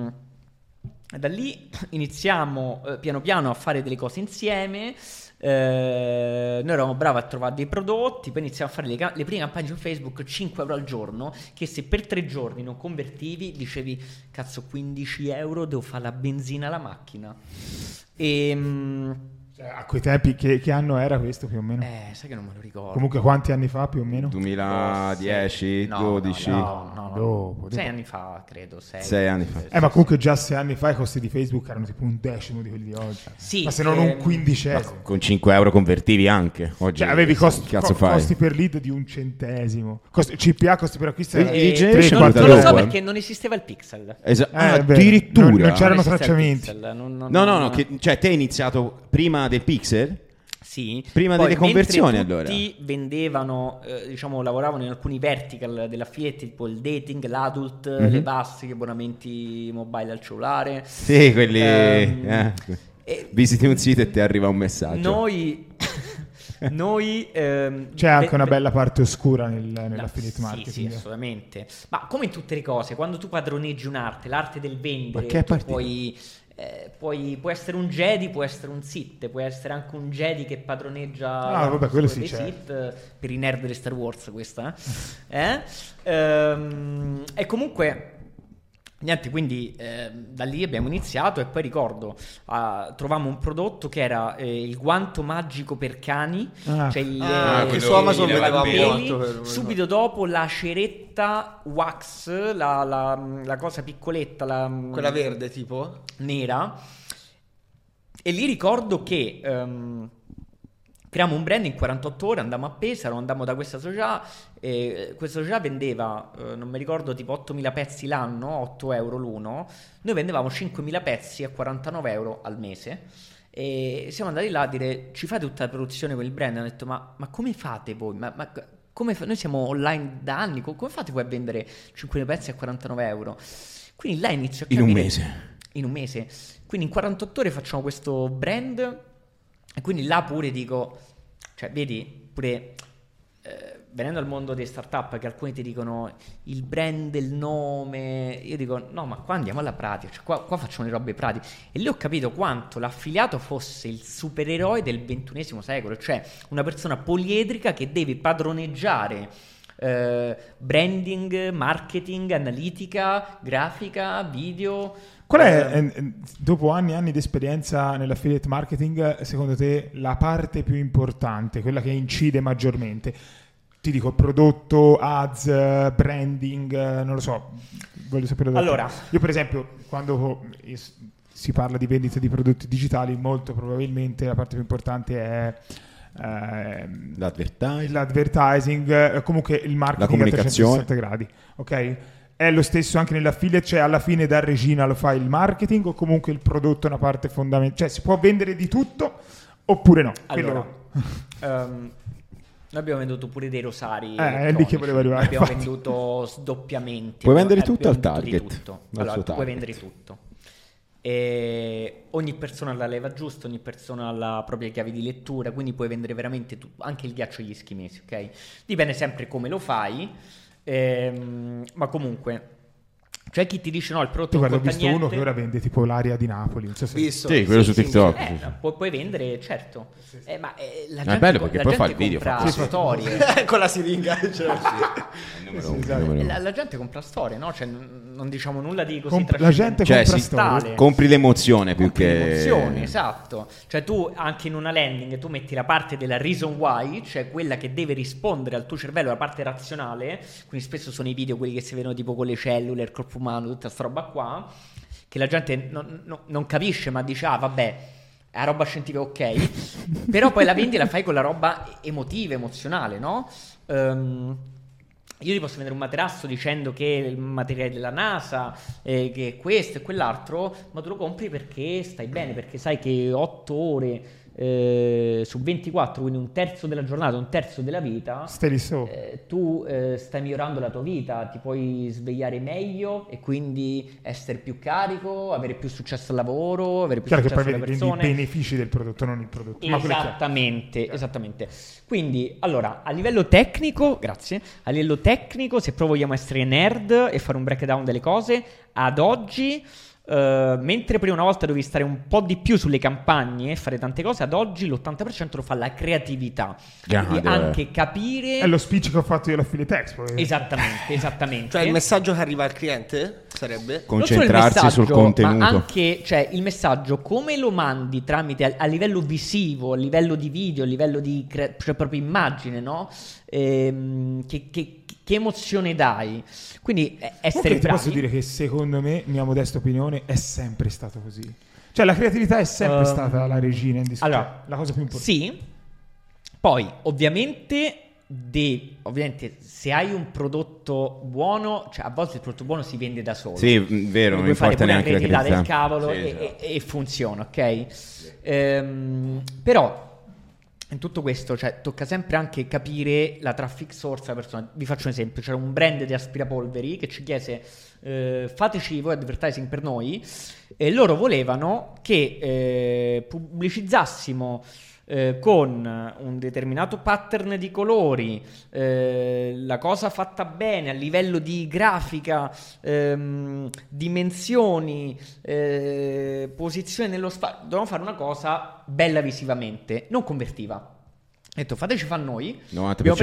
S1: Da lì iniziamo piano piano a fare delle cose insieme. Noi eravamo bravi a trovare dei prodotti, poi iniziamo a fare le prime campagne su Facebook 5 euro al giorno, che se per 3 giorni non convertivi dicevi cazzo 15 euro devo fare la benzina alla macchina.
S2: A quei tempi che anno era questo più o meno?
S1: Sai che non me lo ricordo.
S2: Comunque quanti anni fa più o meno?
S3: 2010, 12?
S1: No.
S2: Dopo.
S1: 6 anni fa credo.
S3: 6 anni fa.
S2: Ma comunque già 6 anni fa i costi di Facebook erano tipo 1/10 di quelli di oggi.
S1: Sì,
S2: ma se non un 15esimo.
S3: Con 5 euro convertivi anche. Oggi
S2: avevi costi per lead di 1 centesimo. CPA, costi per acquisto.
S1: Non lo so perché non esisteva il pixel.
S3: Addirittura
S2: non c'erano tracciamenti.
S3: No, cioè te hai iniziato prima del pixel?
S1: Sì,
S3: prima delle conversioni allora.
S1: Tutti vendevano, lavoravano in alcuni vertical dell'affiliate, tipo il dating, l'adult, le bus, gli abbonamenti mobile al cellulare.
S3: Sì, quelli visiti un sito e ti arriva un messaggio.
S2: C'è anche una bella parte oscura nell'affiliate marketing.
S1: Sì, assolutamente. Ma come in tutte le cose, quando tu padroneggi un'arte, l'arte del vendere, puoi essere un Jedi, può essere un Sith, può essere anche un Jedi che padroneggia
S2: quello sì,
S1: Sith, per i nerd di Star Wars questa. E comunque niente, quindi da lì abbiamo iniziato e poi ricordo trovammo un prodotto che era il guanto magico per cani,
S4: che su Amazon vedevamo
S1: subito dopo la ceretta wax, la cosa piccoletta,
S4: quella verde tipo
S1: nera, e lì ricordo che creammo un brand in 48 ore, andammo a Pesaro, andammo da questa società, e questa società vendeva, non mi ricordo, tipo 8.000 pezzi l'anno, 8 euro l'uno, noi vendevamo 5.000 pezzi a 49 euro al mese, e siamo andati là a dire: ci fate tutta la produzione con il brand? Hanno detto: ma come fate voi? Ma noi siamo online da anni, come fate voi a vendere 5 pezzi a 49 euro? Quindi là inizio a capire... In un mese. Quindi in 48 ore facciamo questo brand e quindi là pure dico, cioè vedi, pure venendo al mondo dei startup, che alcuni ti dicono il brand, il nome, io dico no, ma qua andiamo alla pratica, cioè qua facciamo le robe pratiche. E lì ho capito quanto l'affiliato fosse il supereroe del XXI secolo, cioè una persona poliedrica che deve padroneggiare branding, marketing, analitica, grafica, video.
S2: Qual è, dopo anni e anni di esperienza nell'affiliate marketing, secondo te la parte più importante, quella che incide maggiormente? Ti dico prodotto, ads, branding, non lo so, voglio sapere da
S1: allora,
S2: te. Io per esempio, quando si parla di vendita di prodotti digitali, molto probabilmente la parte più importante è l'advertising, comunque il marketing a 360 gradi, ok? È lo stesso anche nell'affiliate, cioè alla fine da regina lo fa il marketing o comunque il prodotto è una parte fondamentale, cioè si può vendere di tutto oppure no?
S1: Allora, noi abbiamo venduto pure dei rosari,
S2: è lì che volevo arrivare,
S1: abbiamo venduto sdoppiamenti.
S3: Puoi vendere tutto al target.
S1: Allora, puoi vendere tutto. E ogni persona ha la leva giusta, ogni persona ha la propria chiave di lettura, quindi puoi vendere veramente tutto, anche il ghiaccio agli eschimesi, ok? Dipende sempre come lo fai, ma comunque c'è chi ti dice no, il prodotto non conta niente.
S2: Ho visto uno che ora vende tipo l'area di Napoli, non so se
S3: sì, quello su TikTok.
S1: Puoi vendere, certo. Ma la
S3: è
S1: gente,
S3: bello perché
S1: la
S3: poi
S1: gente
S3: fa il video,
S1: compra storie
S4: con la siringa,
S1: la gente compra storie, no? Cioè, non diciamo nulla di così
S2: la gente compra storie.
S3: Compri l'emozione più che
S1: l'emozione, esatto. Cioè tu anche in una landing tu metti la parte della reason why, cioè quella che deve rispondere al tuo cervello, la parte razionale. Quindi spesso sono i video quelli che si vedono tipo con le cellule, il corpo umano, tutta sta roba qua, che la gente non capisce, ma dice vabbè, è roba scientifica, ok. Però poi la vendi e la fai con la roba emotiva, emozionale, no? Io ti posso vendere un materasso dicendo che è il materiale della NASA, che è questo e quell'altro, ma tu lo compri perché stai bene, perché sai che 8 ore su 24, quindi un terzo della giornata, un terzo della vita, tu stai migliorando la tua vita, ti puoi svegliare meglio e quindi essere più carico, avere più successo al lavoro, avere più successo alle persone. Chiaro che poi i benefici del prodotto, non il prodotto. Esattamente. Quindi, allora, a livello tecnico, a livello tecnico, se proprio vogliamo essere nerd e fare un breakdown delle cose, ad oggi... mentre prima una volta dovevi stare un po' di più sulle campagne e fare tante cose, ad oggi l'80% lo fa la creatività. Quindi anche capire. È lo speech che ho fatto io alla Affiliate Expo. Esattamente.
S4: Cioè il messaggio che arriva al cliente sarebbe
S3: concentrarsi sul contenuto,
S1: ma anche, cioè, il messaggio come lo mandi tramite a livello visivo, a livello di video, a livello di cioè proprio immagine, no? Che emozione dai? Quindi essere bravi. Posso dire che secondo me, mia modesta opinione, è sempre stato così. Cioè la creatività è sempre stata la regina in discussione. Allora, la cosa più importante. Sì. Poi ovviamente se hai un prodotto buono, cioè a volte il prodotto buono si vende da solo.
S3: Sì, vero, non importa neanche la creatività
S1: del cavolo, sì, e funziona, ok? Sì. Però in tutto questo, cioè, tocca sempre anche capire la traffic source della persona. Vi faccio un esempio: c'era un brand di aspirapolveri che ci chiese fateci voi advertising per noi, e loro volevano che pubblicizzassimo con un determinato pattern di colori, la cosa fatta bene a livello di grafica, dimensioni, posizione nello spazio. Dovevamo fare una cosa bella visivamente, non convertiva. Ho detto fateci fa noi. 90% abbiamo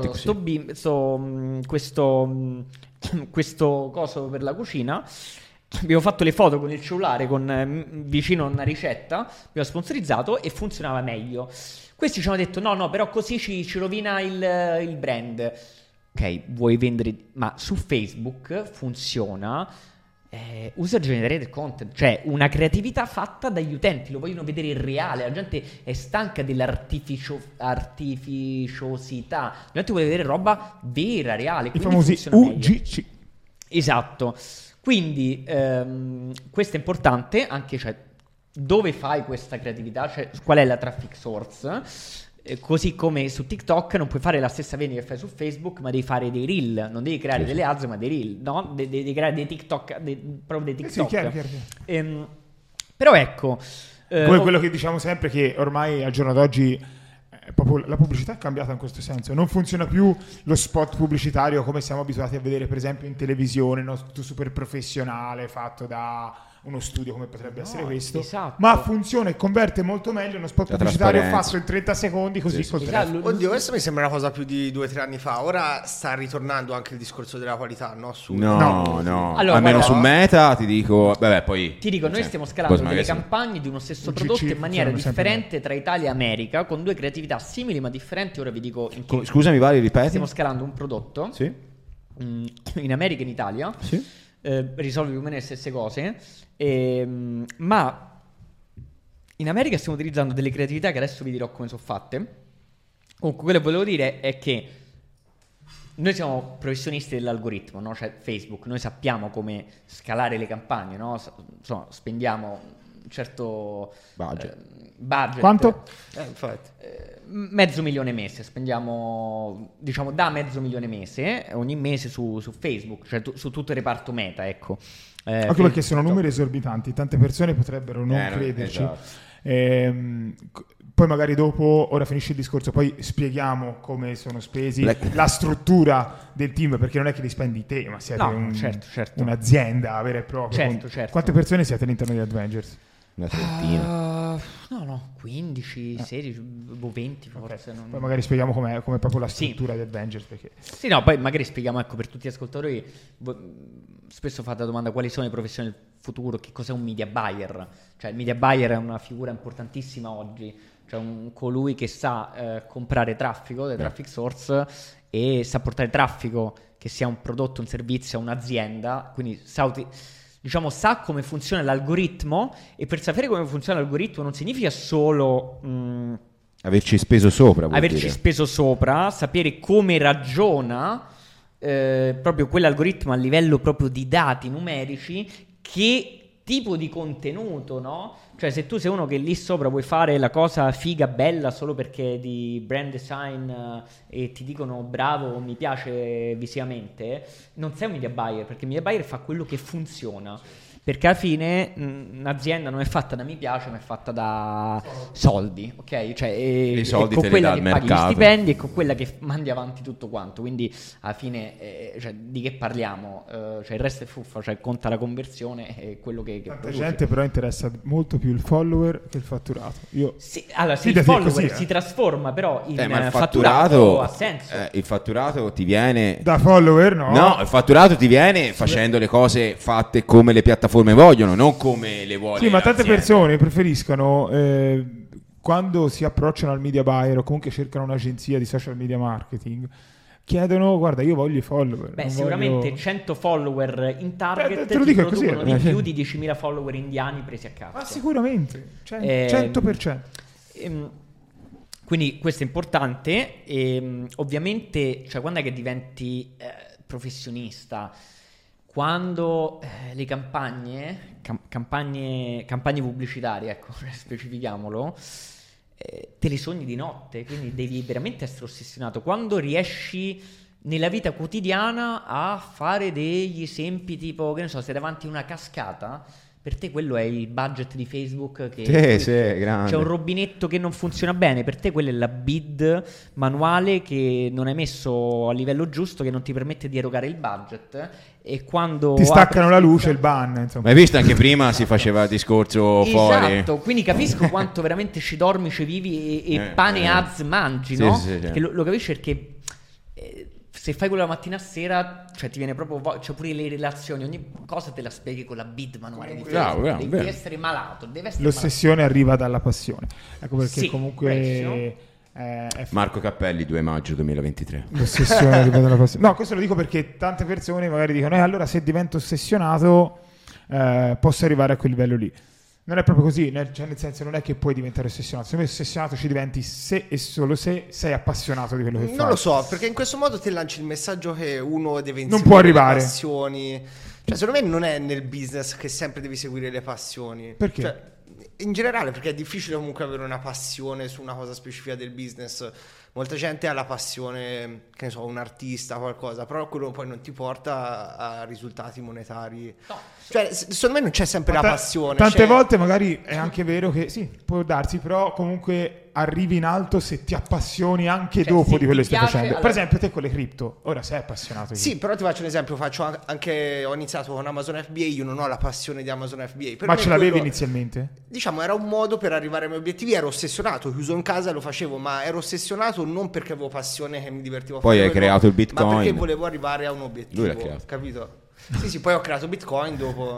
S1: preso questo coso per la cucina. Abbiamo fatto le foto con il cellulare vicino a una ricetta, abbiamo sponsorizzato e funzionava meglio. Questi ci hanno detto no, però così ci rovina il brand. Ok, vuoi vendere, ma su Facebook funziona user generated content, cioè una creatività fatta dagli utenti, lo vogliono vedere in reale. La gente è stanca dell'artificiosità, la gente vuole vedere roba vera, reale. I famosi UGC. Esatto. Quindi questo è importante anche, cioè dove fai questa creatività, cioè qual è la traffic source, Così come su TikTok non puoi fare la stessa vendita che fai su Facebook, ma devi fare dei reel, non devi creare delle ads, ma dei reel, no? Devi creare dei TikTok, proprio dei TikTok.
S2: Sì, chiaro.
S1: Però ecco...
S2: come quello che diciamo sempre, che ormai al giorno d'oggi proprio la pubblicità è cambiata in questo senso. Non funziona più lo spot pubblicitario come siamo abituati a vedere per esempio in televisione, no? Tutto super professionale, fatto da uno studio come potrebbe essere questo,
S1: esatto.
S2: Ma funziona e converte molto meglio uno spot pubblicitario fatto in 30 secondi così col telefono.
S4: Oddio, questo mi sembra una cosa più di 2 o 3 anni fa. Ora sta ritornando anche il discorso della qualità, no?
S3: No.
S1: Allora,
S3: almeno
S1: guarda,
S3: su Meta ti dico, poi
S1: ti dico, noi stiamo scalando delle campagne di uno stesso prodotto in maniera differente tra Italia e America, con 2 creatività simili ma differenti. Ora vi dico
S3: scusami, Vali, ripeti.
S1: Stiamo scalando un prodotto in America e in Italia.
S3: Sì.
S1: Risolve più o meno le stesse cose, ma in America stiamo utilizzando delle creatività che adesso vi dirò come sono fatte. Comunque quello che volevo dire è che noi siamo professionisti dell'algoritmo, no? Cioè Facebook, noi sappiamo come scalare le campagne, no? Insomma, spendiamo un certo budget.
S2: Quanto?
S4: Infatti.
S1: $500,000 mese, spendiamo diciamo da $500,000 mese ogni mese su Facebook, cioè su tutto il reparto Meta, ecco.
S2: Anche perché sono numeri esorbitanti, tante persone potrebbero non crederci. Esatto. Poi magari dopo, ora finisce il discorso, poi spieghiamo come sono spesi, la struttura del team, perché non è che li spendi te, ma siete
S1: certo.
S2: un'azienda vera e propria.
S1: Certo.
S2: Quante persone siete all'interno di Adventures?
S3: Una trentina.
S1: No, 15, 16, 20 forse.
S2: Okay. Poi magari spieghiamo com'è proprio la struttura di Adventures. Perché...
S1: Sì, no, poi magari spieghiamo, ecco, per tutti gli ascoltatori, spesso fate la domanda quali sono le professioni del futuro, che cos'è un media buyer. Cioè il media buyer è una figura importantissima oggi, cioè colui che sa comprare traffico, dei traffic source, e sa portare traffico, che sia un prodotto, un servizio, un'azienda, quindi sa come funziona l'algoritmo. E per sapere come funziona l'algoritmo non significa solo
S3: averci speso sopra,
S1: speso sopra, sapere come ragiona proprio quell'algoritmo a livello proprio di dati numerici, che tipo di contenuto, no? Cioè se tu sei uno che lì sopra vuoi fare la cosa figa, bella, solo perché di brand design e ti dicono bravo, mi piace visivamente, non sei un media buyer, perché il media buyer fa quello che funziona. Perché alla fine un'azienda non è fatta da mi piace, ma è fatta da soldi, ok? Cioè,
S3: i soldi
S1: con
S3: te
S1: quella
S3: li dà
S1: che
S3: il
S1: paghi
S3: mercato,
S1: gli stipendi e con quella che mandi avanti tutto quanto. Quindi alla fine di che parliamo? Cioè il resto è fuffa, cioè conta la conversione e quello che
S2: tanta gente però interessa molto più il follower che il fatturato. Il
S1: follower si trasforma però in fatturato ha senso.
S3: Il fatturato ti viene
S2: da follower,
S3: no, il fatturato ti viene facendo le cose fatte come le piattaforme vogliono, non come le vuole.
S2: Sì, ma tante persone preferiscono quando si approcciano al media buyer o comunque cercano un'agenzia di social media marketing, chiedono, guarda, io voglio i follower.
S1: Sicuramente 100 follower in target
S2: te lo dico così,
S1: di più di 10.000 follower indiani presi a cazzo.
S2: Ma sicuramente, 100%.
S1: Quindi questo è importante. Ovviamente, cioè, quando è che diventi professionista? Quando le campagne pubblicitarie, ecco, specifichiamolo, te le sogni di notte, quindi devi veramente essere ossessionato. Quando riesci nella vita quotidiana a fare degli esempi tipo, che ne so, sei davanti a una cascata, per te quello è il budget di Facebook che
S3: grande.
S1: C'è un rubinetto che non funziona bene, per te quella è la bid manuale che non hai messo a livello giusto, che non ti permette di erogare il budget, e quando
S2: ti staccano la luce, il ban, insomma.
S3: Ma hai visto, anche prima si faceva il discorso fuori.
S1: Esatto, quindi capisco quanto veramente ci dormi, ci vivi e pane ads mangi, no?
S3: Sì.
S1: Perché lo capisci, perché se fai quello la mattina a sera, cioè ti viene proprio cioè pure le relazioni, ogni cosa te la spieghi con la bid manuale di Facebook. Devi essere malato,
S2: l'ossessione arriva dalla passione. Ecco perché comunque
S3: Marco Cappelli, 2 maggio 2023.
S2: L'ossessione arriva dalla passione. No, questo lo dico perché tante persone magari dicono allora se divento ossessionato posso arrivare a quel livello lì. Non è proprio così, cioè nel senso non è che puoi diventare ossessionato. Se ossessionato ci diventi se e solo se sei appassionato di quello che fai.
S4: Non lo so, perché in questo modo te lanci il messaggio che uno deve inseguire
S2: non può arrivare.
S4: Le passioni. Cioè secondo me non è nel business che sempre devi seguire le passioni.
S2: Perché?
S4: Cioè, in generale, perché è difficile comunque avere una passione su una cosa specifica del business. Molta gente ha la passione, che ne so, un artista, qualcosa, però quello poi non ti porta a risultati monetari. No. Cioè, secondo me non c'è sempre la passione.
S2: Tante volte magari è anche vero che sì, può darsi, però comunque arrivi in alto se ti appassioni anche dopo di quello che stai facendo. Per esempio te con le cripto, ora sei appassionato.
S4: Sì, però ti faccio un esempio, ho iniziato con Amazon FBA, io non ho la passione di Amazon FBA.
S2: Ma ce l'avevi inizialmente?
S4: Diciamo, era un modo per arrivare ai miei obiettivi, ero ossessionato, chiuso in casa lo facevo, ma ero ossessionato non perché avevo passione che mi divertivo a
S3: fare. Poi hai creato il Bitcoin.
S4: Ma perché volevo arrivare a un obiettivo,
S3: lui l'ha creato.
S4: Capito? Sì, poi ho creato Bitcoin dopo.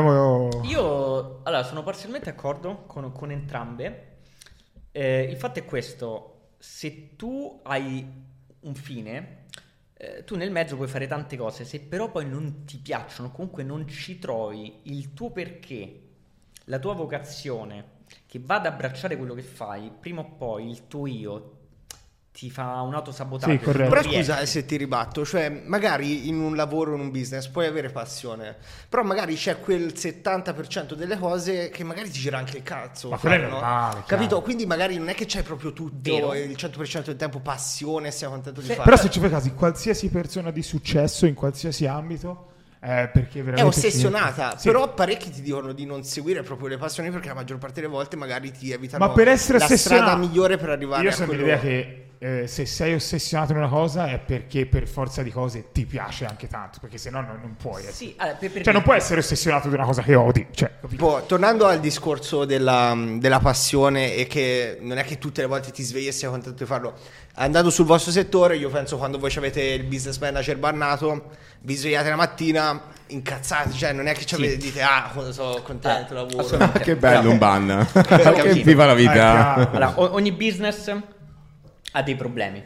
S1: Io allora sono parzialmente d'accordo con entrambe. Il fatto è questo: se tu hai un fine, tu nel mezzo puoi fare tante cose. Se però poi non ti piacciono, comunque non ci trovi il tuo perché, la tua vocazione che va ad abbracciare quello che fai, prima o poi il tuo io ti fa un autosabotaggio.
S2: Sì, corretto.
S4: Però scusa se ti ribatto, cioè magari in un lavoro, in un business puoi avere passione, però magari c'è quel 70% delle cose che magari ti gira anche il cazzo.
S2: Ma quello è normale,
S4: capito? Quindi magari non è che c'hai proprio tutto il 100% del tempo passione e sei contento di fare.
S2: Però se ci fai caso, qualsiasi persona di successo in qualsiasi ambito perché veramente
S4: è ossessionata, però parecchi ti dicono di non seguire proprio le passioni perché la maggior parte delle volte magari ti evitano.
S2: Ma per essere
S4: la strada migliore per arrivare
S2: io
S4: a
S2: sono l'idea che se sei ossessionato in una cosa è perché per forza di cose ti piace anche tanto, perché se no non puoi
S1: sì,
S2: cioè non puoi essere ossessionato di una cosa che odi, cioè,
S4: tornando al discorso della passione, e che non è che tutte le volte ti svegli e sei contento di farlo. Andando sul vostro settore, io penso quando voi avete il business manager bannato, vi svegliate la mattina incazzati, cioè non è che dite sono contento, lavoro.
S3: Che bello un ban. Che viva la vita.
S1: Allora, ogni business ha dei problemi.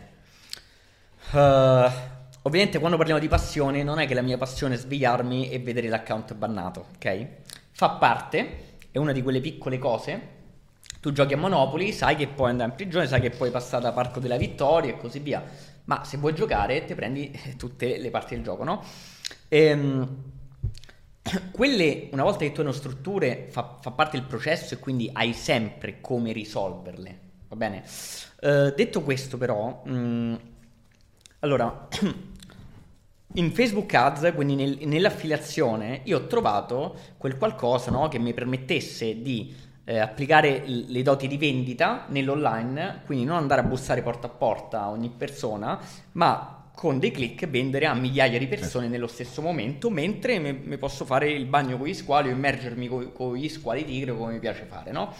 S1: Ovviamente quando parliamo di passione non è che la mia passione è svegliarmi e vedere l'account bannato, ok? Fa parte, è una di quelle piccole cose. Tu giochi a Monopoly, sai che puoi andare in prigione, sai che puoi passare da Parco della Vittoria e così via, ma se vuoi giocare ti prendi tutte le parti del gioco, no? Quelle, una volta che tu hai una struttura, fa parte del processo e quindi hai sempre come risolverle, va bene? Detto questo però, allora, in Facebook Ads, quindi nell'affiliazione, io ho trovato quel qualcosa, no, che mi permettesse di applicare le doti di vendita nell'online, quindi non andare a bussare porta a porta a ogni persona, ma con dei click vendere a migliaia di persone nello stesso momento, mentre mi posso fare il bagno con gli squali o immergermi con gli squali tigre, come mi piace fare, no?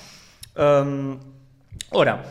S1: Ora,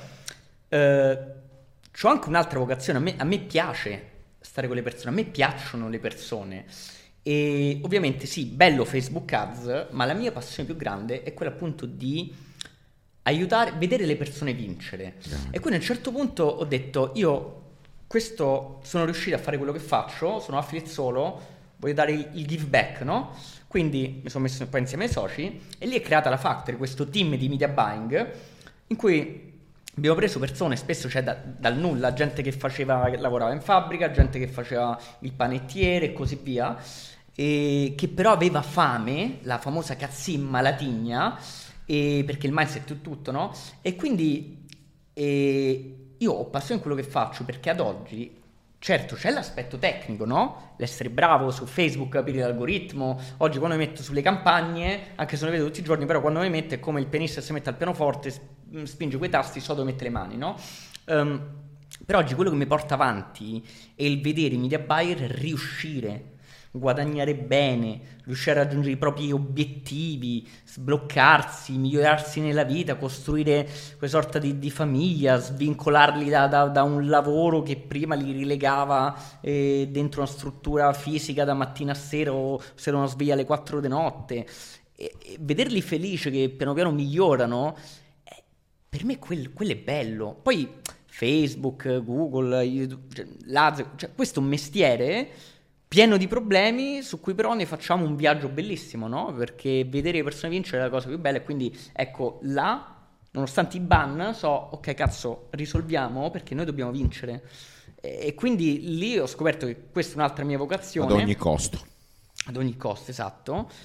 S1: c'ho anche un'altra vocazione, a me piace stare con le persone, a me piacciono le persone. E ovviamente sì, bello Facebook Ads, ma la mia passione più grande è quella appunto di aiutare, vedere le persone vincere. E quindi a un certo punto ho detto, io sono riuscito a fare quello che faccio, sono affiliate solo, voglio dare il give back, no? Quindi mi sono messo poi insieme ai soci e lì è creata la Factory, questo team di media buying in cui abbiamo preso persone, spesso c'è dal nulla, gente che lavorava in fabbrica, gente che faceva il panettiere e così via, e che però aveva fame, la famosa cazzimma latigna, perché il mindset è tutto, no? E quindi io ho passione in quello che faccio, perché ad oggi, certo, c'è l'aspetto tecnico, no? L'essere bravo su Facebook, capire l'algoritmo. Oggi quando mi metto sulle campagne, anche se non le vedo tutti i giorni, però quando mi metto è come il pianista che si mette al pianoforte, spinge quei tasti, so dove mette le mani, no? Però oggi quello che mi porta avanti è il vedere i media buyer riuscire, guadagnare bene, riuscire a raggiungere i propri obiettivi, sbloccarsi, migliorarsi nella vita, costruire quella sorta di famiglia, svincolarli da un lavoro che prima li rilegava dentro una struttura fisica da mattina a sera, o se erano svegli alle 4 di notte, e vederli felici che piano piano migliorano, per me quello è bello. Poi Facebook, Google, YouTube, questo è un mestiere pieno di problemi, su cui però ne facciamo un viaggio bellissimo, no? Perché vedere le persone vincere è la cosa più bella, e quindi ecco, là, nonostante i ban, ok, cazzo, risolviamo perché noi dobbiamo vincere. E quindi lì ho scoperto che questa è un'altra mia vocazione.
S3: Ad ogni costo.
S1: Ad ogni costo, esatto.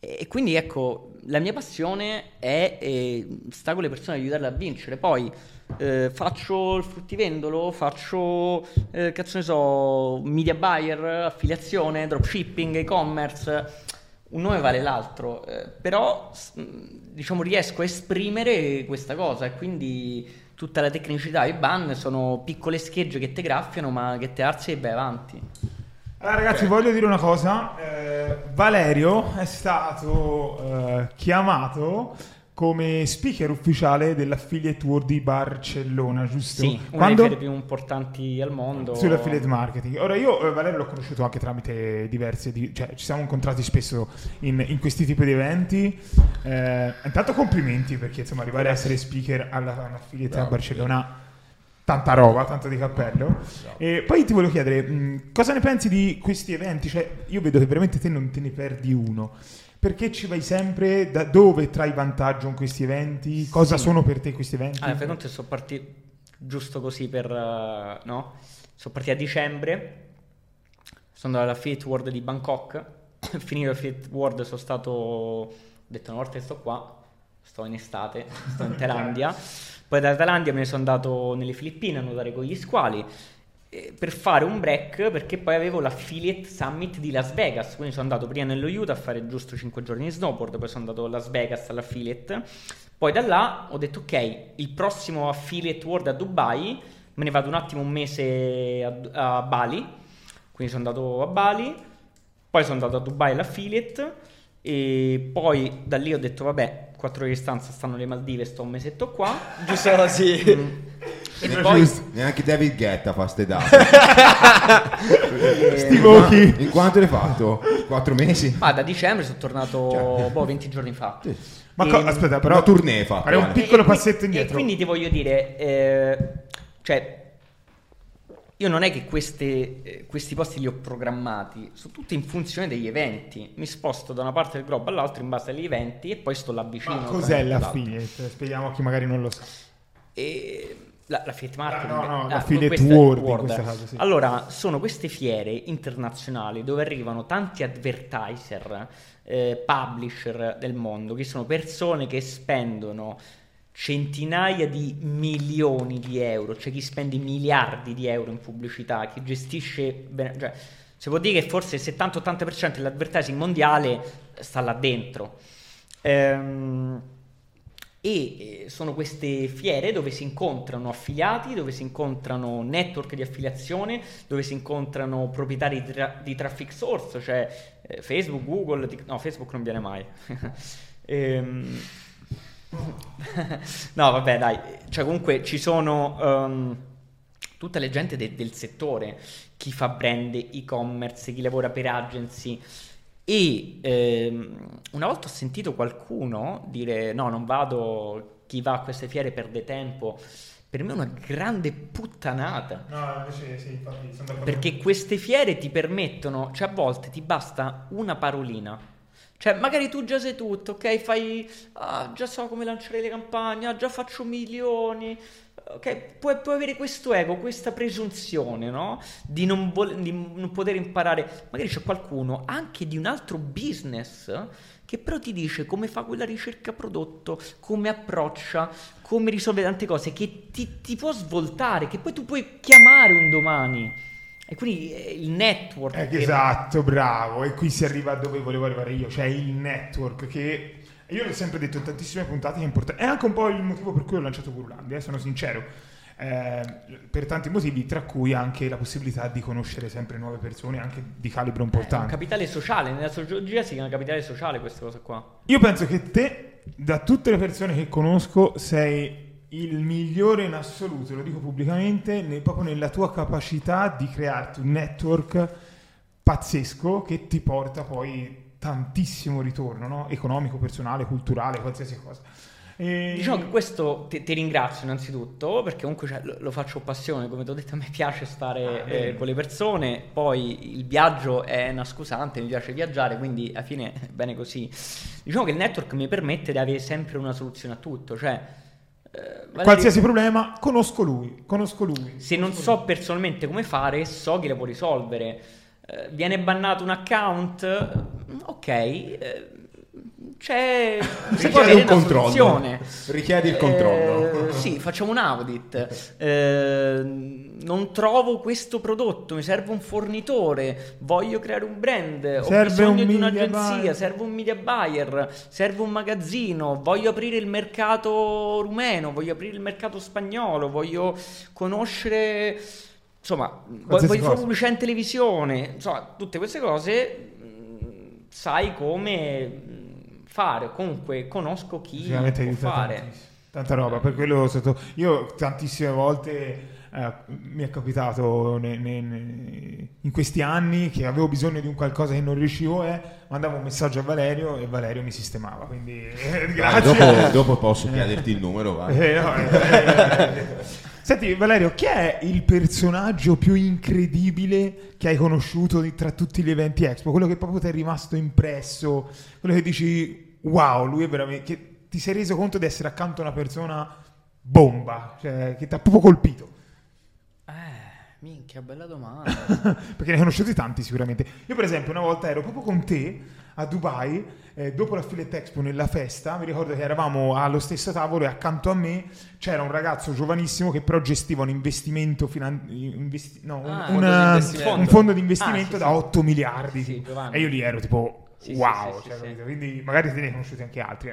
S1: E quindi ecco, la mia passione è sta con le persone, aiutarle a vincere. Poi faccio il fruttivendolo, faccio cazzo ne so, media buyer, affiliazione, dropshipping, e-commerce. Un nome vale l'altro, però diciamo riesco a esprimere questa cosa, e quindi tutta la tecnicità, i ban sono piccole schegge che te graffiano ma che te alzi e vai avanti.
S2: Allora ragazzi, voglio dire una cosa, Valerio è stato chiamato come speaker ufficiale dell'Affiliate World di Barcellona, giusto?
S1: Sì, una delle fiere più importanti al mondo
S2: sull'affiliate marketing. Ora io Valerio l'ho conosciuto anche tramite cioè ci siamo incontrati spesso in questi tipi di eventi. Intanto complimenti, perché insomma arrivare a essere speaker all'affiliate a Barcellona, tanta roba, tanto di cappello. E poi ti volevo chiedere, cosa ne pensi di questi eventi? Cioè, io vedo che veramente te non te ne perdi uno. Perché ci vai sempre? Da dove trai vantaggio in questi eventi? Cosa sono per te questi eventi?
S1: Allora, per conto sono partito giusto così per... no? Sono partito a dicembre, sono andato all'Affiliate World di Bangkok, finito l'Affiliate World sono stato... ho detto una volta che sto qua, sto in estate, sto in Thailandia. Poi da Thailandia me ne sono andato nelle Filippine a nuotare con gli squali, per fare un break, perché poi avevo l'Affiliate Summit di Las Vegas, quindi sono andato prima nello Utah a fare giusto 5 giorni di snowboard, poi sono andato a Las Vegas all'Affiliate, poi da là ho detto ok, il prossimo Affiliate World a Dubai, me ne vado un attimo, un mese a Bali, quindi sono andato a Bali, poi sono andato a Dubai all'Affiliate, e poi da lì ho detto vabbè, 4 ore di distanza, stanno le Maldive, sto un mesetto qua, giusto così.
S3: E poi neanche David Guetta fa ste date. In quanto l'hai fatto? 4 mesi?
S1: Da dicembre sono tornato 20 giorni fa.
S2: Sì. Ma aspetta, però
S3: una tournée fa.
S2: Fare un piccolo passetto indietro.
S1: E quindi ti voglio dire, cioè, io non è che questi posti li ho programmati, sono tutti in funzione degli eventi. Mi sposto da una parte del globo all'altra in base agli eventi e poi sto là vicino.
S2: Ma cos'è l'Affiliate? Spieghiamo a chi magari non lo sa.
S1: L'Affiliate Marketing,
S2: l'Affiliate World. In questo caso, sì.
S1: Allora, sono queste fiere internazionali dove arrivano tanti advertiser, publisher del mondo, che sono persone che spendono centinaia di milioni di euro, cioè chi spende miliardi di euro in pubblicità, chi gestisce, cioè, si può dire che forse il 70-80% dell'advertising mondiale sta là dentro. E sono queste fiere dove si incontrano affiliati, dove si incontrano network di affiliazione, dove si incontrano proprietari di traffic source, cioè Facebook, Google, no, Facebook non viene mai. No, vabbè, dai, cioè comunque ci sono tutta la gente del settore, chi fa brand, e-commerce, chi lavora per agency. E una volta ho sentito qualcuno dire no, non vado, chi va a queste fiere perde tempo. Per me è una grande puttanata.
S2: No, invece sì, infatti sono d'accordo.
S1: Perché queste fiere ti permettono, cioè a volte ti basta una parolina. Cioè magari tu già sai tutto, ok? Fai, già so come lanciare le campagne, già faccio milioni. Ok, puoi avere questo ego, questa presunzione, no? Di non poter imparare. Magari c'è qualcuno anche di un altro business che però ti dice come fa quella ricerca prodotto, come approccia, come risolve tante cose, che ti può svoltare, che poi tu puoi chiamare un domani. E quindi il network.
S2: Esatto, bravo. E qui si arriva a dove volevo arrivare io, cioè il network che... Io l'ho sempre detto in tantissime puntate, è importante. È anche un po' il motivo per cui ho lanciato Gurulandia, sono sincero. Per tanti motivi, tra cui anche la possibilità di conoscere sempre nuove persone, anche di calibro importante.
S1: È un capitale sociale, nella sociologia si chiama capitale sociale questa cosa qua.
S2: Io penso che te, da tutte le persone che conosco, sei il migliore in assoluto, lo dico pubblicamente, proprio nella tua capacità di crearti un network pazzesco che ti porta poi tantissimo ritorno, no? Economico, personale, culturale, qualsiasi cosa.
S1: Diciamo che questo ti ringrazio innanzitutto, perché comunque lo faccio con passione, come ti ho detto a me piace stare con le persone, poi il viaggio è una scusante, mi piace viaggiare, quindi alla fine è bene così. Diciamo che il network mi permette di avere sempre una soluzione a tutto, cioè
S2: qualsiasi problema conosco lui.
S1: Se non so personalmente come fare, so chi la può risolvere. Viene bannato un account, ok, si può avere una soluzione.
S3: Richiedi il controllo.
S1: Sì, facciamo un audit. Non trovo questo prodotto, mi serve un fornitore, voglio creare un brand, ho bisogno di un'agenzia, serve un media buyer, serve un magazzino, voglio aprire il mercato rumeno, voglio aprire il mercato spagnolo, voglio conoscere, insomma, voglio fare pubblicità in televisione, insomma, tutte queste cose sai come fare, comunque conosco chi può fare.
S2: Tanta roba, per quello io tantissime volte mi è capitato in questi anni che avevo bisogno di un qualcosa che non riuscivo, mandavo un messaggio a Valerio e Valerio mi sistemava, quindi grazie.
S3: Dopo posso chiederti il numero, vai.
S2: Senti Valerio, chi è il personaggio più incredibile che hai conosciuto tra tutti gli eventi Expo? Quello che proprio ti è rimasto impresso, quello che dici wow, lui è veramente, che ti sei reso conto di essere accanto a una persona bomba, cioè che ti ha proprio colpito?
S1: Minchia, bella domanda.
S2: Perché ne hai conosciuti tanti sicuramente. Io per esempio una volta ero proprio con te a Dubai, dopo la Affiliate Expo nella festa, mi ricordo che eravamo allo stesso tavolo e accanto a me c'era un ragazzo giovanissimo che però gestiva un investimento un fondo di investimento da 8 miliardi.
S1: Sì,
S2: e io lì ero tipo wow, quindi magari te ne hai conosciuti anche altri.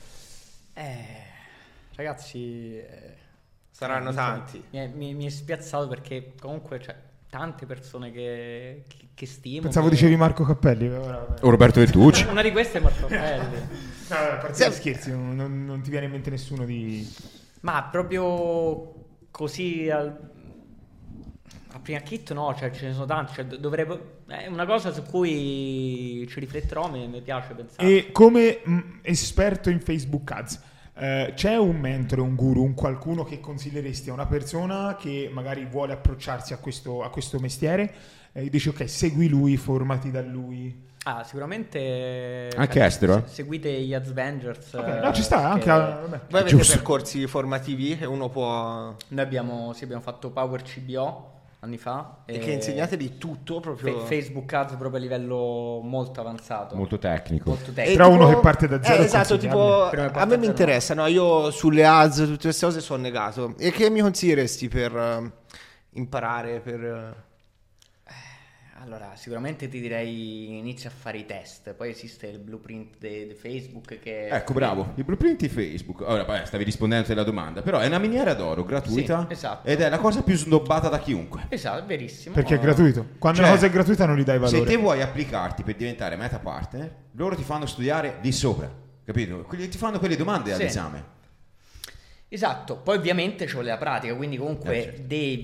S1: Ragazzi...
S4: Saranno tanti.
S1: Mi è spiazzato perché comunque c'è tante persone che stimo.
S2: Pensavo dicevi Marco Cappelli.
S3: O Roberto Vettucci.
S1: Una di queste è Marco Cappelli.
S2: No, a parte scherzi, non ti viene in mente nessuno di...
S1: Ma proprio così a prima chitto no, cioè ce ne sono tanti, cioè, è una cosa su cui ci rifletterò, mi piace pensare.
S2: E come esperto in Facebook Ads, c'è un mentore, un guru, un qualcuno che consiglieresti a una persona che magari vuole approcciarsi a questo mestiere e dici ok, segui lui, formati da lui?
S1: Sicuramente
S3: anche estero,
S1: seguite gli Adsvengers.
S2: No, ci sta anche.
S4: Voi avete percorsi formativi che uno può...
S1: Noi abbiamo fatto Power CBO anni fa
S4: e che insegnate di tutto proprio
S1: Facebook Ads proprio a livello molto avanzato,
S3: molto tecnico.
S2: Però uno che parte da zero,
S4: esatto, tipo a me mi interessa, no? Io sulle ads, tutte queste cose sono negato. E che mi consiglieresti per imparare, per...
S1: Allora, sicuramente ti direi inizia a fare i test, poi esiste il blueprint di Facebook che...
S3: Ecco, bravo, il blueprint di Facebook. Ora, stavi rispondendo alla domanda, però è una miniera d'oro gratuita,
S1: sì, esatto.
S3: Ed è la cosa più snobbata da chiunque.
S1: Esatto, è verissimo.
S2: Perché è gratuito. Quando una cosa è gratuita non gli dai valore.
S3: Se te vuoi applicarti per diventare meta partner, loro ti fanno studiare di sopra, capito? Ti fanno quelle domande all'esame.
S1: Esatto, poi ovviamente ci vuole la pratica, quindi comunque
S3: certo.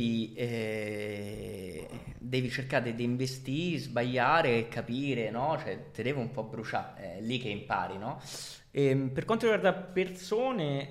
S1: devi cercare di investire, sbagliare e capire, no? Cioè te devi un po' bruciare, è lì che impari, no? Per quanto riguarda persone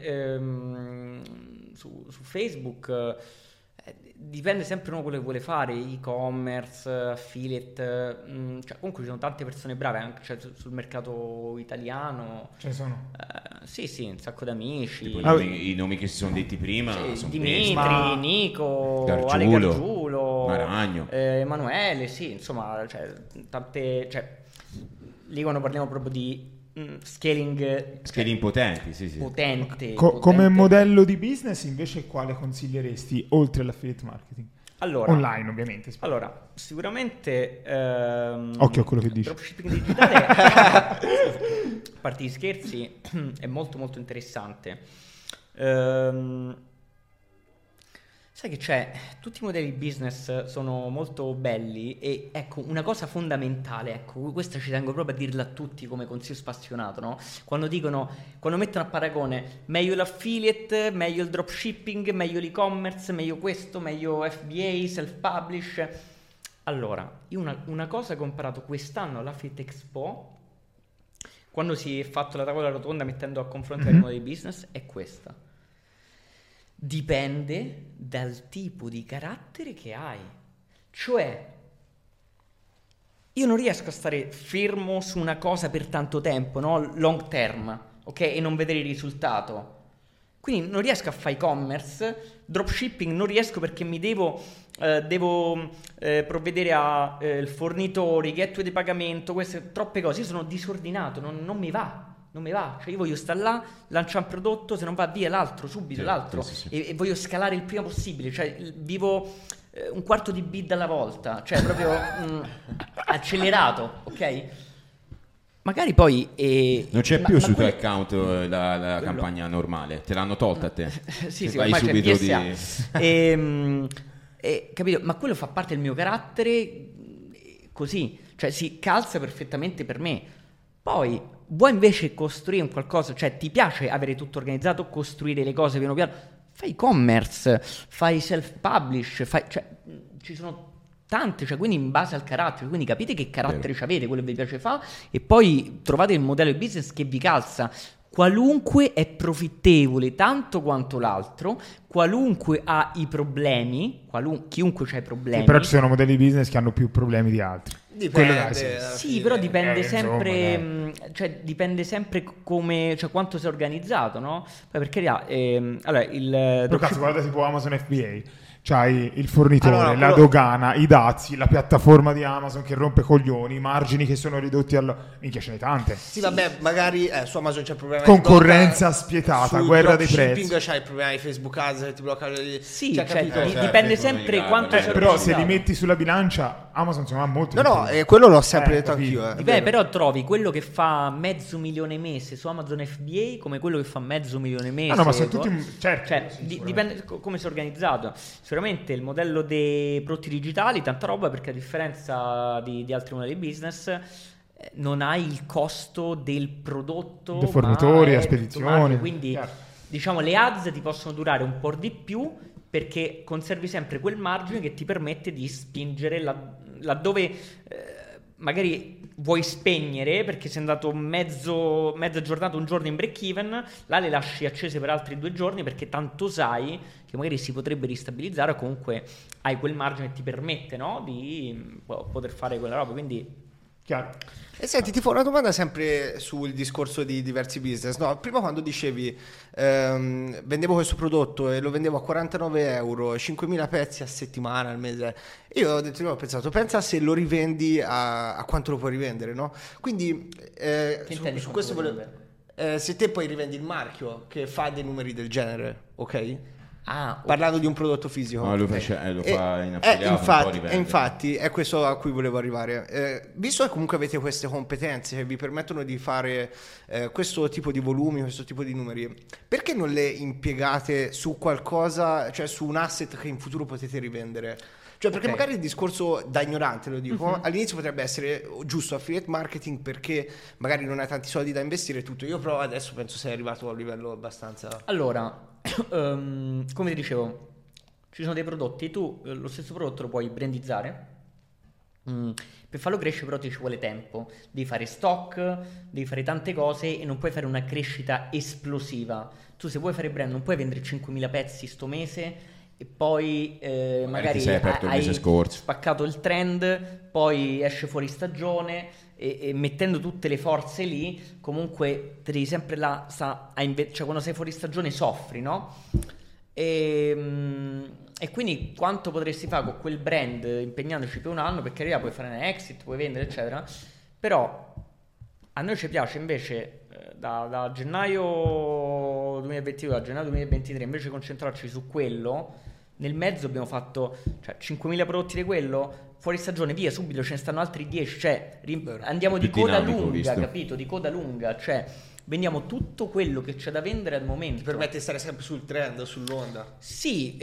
S1: su Facebook, dipende sempre uno quello che vuole fare, e-commerce, affiliate, cioè comunque ci sono tante persone brave anche sul mercato italiano.
S2: Ce ne sono?
S1: Sì, un sacco d'amici.
S3: Tipo i nomi che si sono detti prima sono
S1: Dimitri, Nico, Ale Gargiulo,
S3: Maragno,
S1: Emanuele, sì, insomma, cioè, tante, cioè, lì quando parliamo proprio di scaling
S3: potenti, sì.
S1: potente.
S2: Come modello di business invece quale consiglieresti oltre all'affiliate marketing?
S1: Allora,
S2: online ovviamente.
S1: Allora, sicuramente
S2: occhio a quello che dici.
S1: Dropshipping digitale, a parte gli scherzi, è molto molto interessante. Sai che c'è? Tutti i modelli business sono molto belli e ecco, una cosa fondamentale, ecco, questa ci tengo proprio a dirla a tutti come consiglio spassionato, no? Quando mettono a paragone meglio l'affiliate, meglio il dropshipping, meglio l'e-commerce, meglio questo, meglio FBA, self-publish. Allora, io una cosa che ho imparato quest'anno all'Affiliate Expo, quando si è fatto la tavola rotonda mettendo a confronto i modelli business, è questa. Dipende dal tipo di carattere che hai. Cioè, io non riesco a stare fermo su una cosa per tanto tempo, no? Long term, ok? E non vedere il risultato. Quindi non riesco a fare e-commerce, dropshipping non riesco perché mi devo provvedere al fornitore, i gateway di pagamento, queste troppe cose. Io sono disordinato, non mi va. non mi va, cioè io voglio stare là, lanciare un prodotto, se non va via l'altro, subito l'altro, sì. E voglio scalare il prima possibile, cioè vivo un quarto di bid alla volta, cioè proprio accelerato, ok? Magari poi
S3: non c'è più sui tuoi account la campagna normale, te l'hanno tolta a te.
S1: sì,
S3: vai
S1: ormai
S3: subito
S1: di capito, ma quello fa parte del mio carattere, così, cioè si calza perfettamente per me. Poi vuoi invece costruire un qualcosa, cioè ti piace avere tutto organizzato, costruire le cose piano piano, fai e-commerce, fai self-publish, cioè ci sono tante, cioè quindi in base al carattere, quindi capite che carattere avete, quello che vi piace fare, e poi trovate il modello di business che vi calza. Qualunque è profittevole tanto quanto l'altro, qualunque ha i problemi, chiunque ha i problemi.
S2: Sì, però ci sono modelli di business che hanno più problemi di altri.
S4: Dipende.
S1: Sì, però dipende sempre, cioè dipende sempre come, cioè quanto sei organizzato, no? Poi perché allora
S2: però cazzo, guarda tipo Amazon FBA. C'hai il fornitore, la dogana, i dazi, la piattaforma di Amazon che rompe coglioni, i margini che sono ridotti minchia, ce ne tante.
S4: Sì, vabbè, magari su Amazon c'è il problema
S2: concorrenza spietata, guerra dei prezzi.
S4: C'hai il problema di Facebook Ads che ti blocca
S1: sì, cioè, dipende sempre quanto
S2: però se li metti sulla bilancia Amazon ha molto
S4: quello l'ho sempre detto anch'io.
S1: Però trovi quello che fa $500,000 mese su Amazon FBA come quello che fa $500,000 mese.
S2: No, ma sono tutti
S1: cioè, dipende come si è organizzato. Sicuramente il modello dei prodotti digitali, tanta roba, perché a differenza di altri modelli di business non hai il costo del prodotto,
S2: dei fornitori, la spedizione.
S1: Quindi diciamo le ads ti possono durare un po' di più perché conservi sempre quel margine che ti permette di spingere laddove magari vuoi spegnere perché sei andato mezza giornata, un giorno in break even, là le lasci accese per altri 2 giorni perché tanto sai che magari si potrebbe ristabilizzare o comunque hai quel margine che ti permette, no, di poter fare quella roba, quindi
S2: chiaro.
S4: E senti, ti fa una domanda sempre sul discorso di diversi business, no? Prima quando dicevi vendevo questo prodotto e lo vendevo a €49, 5.000 pezzi a settimana, al mese, io ho pensato, pensa se lo rivendi a quanto lo puoi rivendere, no? Quindi su questo volevo, se te poi rivendi il marchio che fa dei numeri del genere, ok? Parlando di un prodotto fisico,
S3: lo fa in affiliato,
S4: infatti è questo a cui volevo arrivare. Visto che comunque avete queste competenze che vi permettono di fare questo tipo di volumi, questo tipo di numeri, perché non le impiegate su qualcosa, cioè su un asset che in futuro potete rivendere? Cioè, perché magari il discorso da ignorante, lo dico, all'inizio potrebbe essere giusto affiliate marketing perché magari non hai tanti soldi da investire e tutto. Io però adesso penso sei arrivato a un livello abbastanza...
S1: Allora, come ti dicevo, ci sono dei prodotti, tu lo stesso prodotto lo puoi brandizzare, per farlo crescere però ti ci vuole tempo, devi fare stock, devi fare tante cose e non puoi fare una crescita esplosiva. Tu se vuoi fare brand non puoi vendere 5.000 pezzi sto mese e poi magari hai spaccato il trend, poi esce fuori stagione e mettendo tutte le forze lì comunque ti devi sempre cioè quando sei fuori stagione soffri, no? E quindi quanto potresti fare con quel brand impegnandoci per un anno, perché puoi fare un exit, puoi vendere eccetera, però a noi ci piace invece da gennaio 2022 a gennaio 2023 invece concentrarci su quello. Nel mezzo abbiamo fatto 5.000 prodotti di quello, fuori stagione, via, subito ce ne stanno altri 10, cioè andiamo di coda lunga, capito? Di coda lunga, cioè vendiamo tutto quello che c'è da vendere al momento.
S4: Ti permette di stare sempre sul trend, sull'onda.
S1: Sì,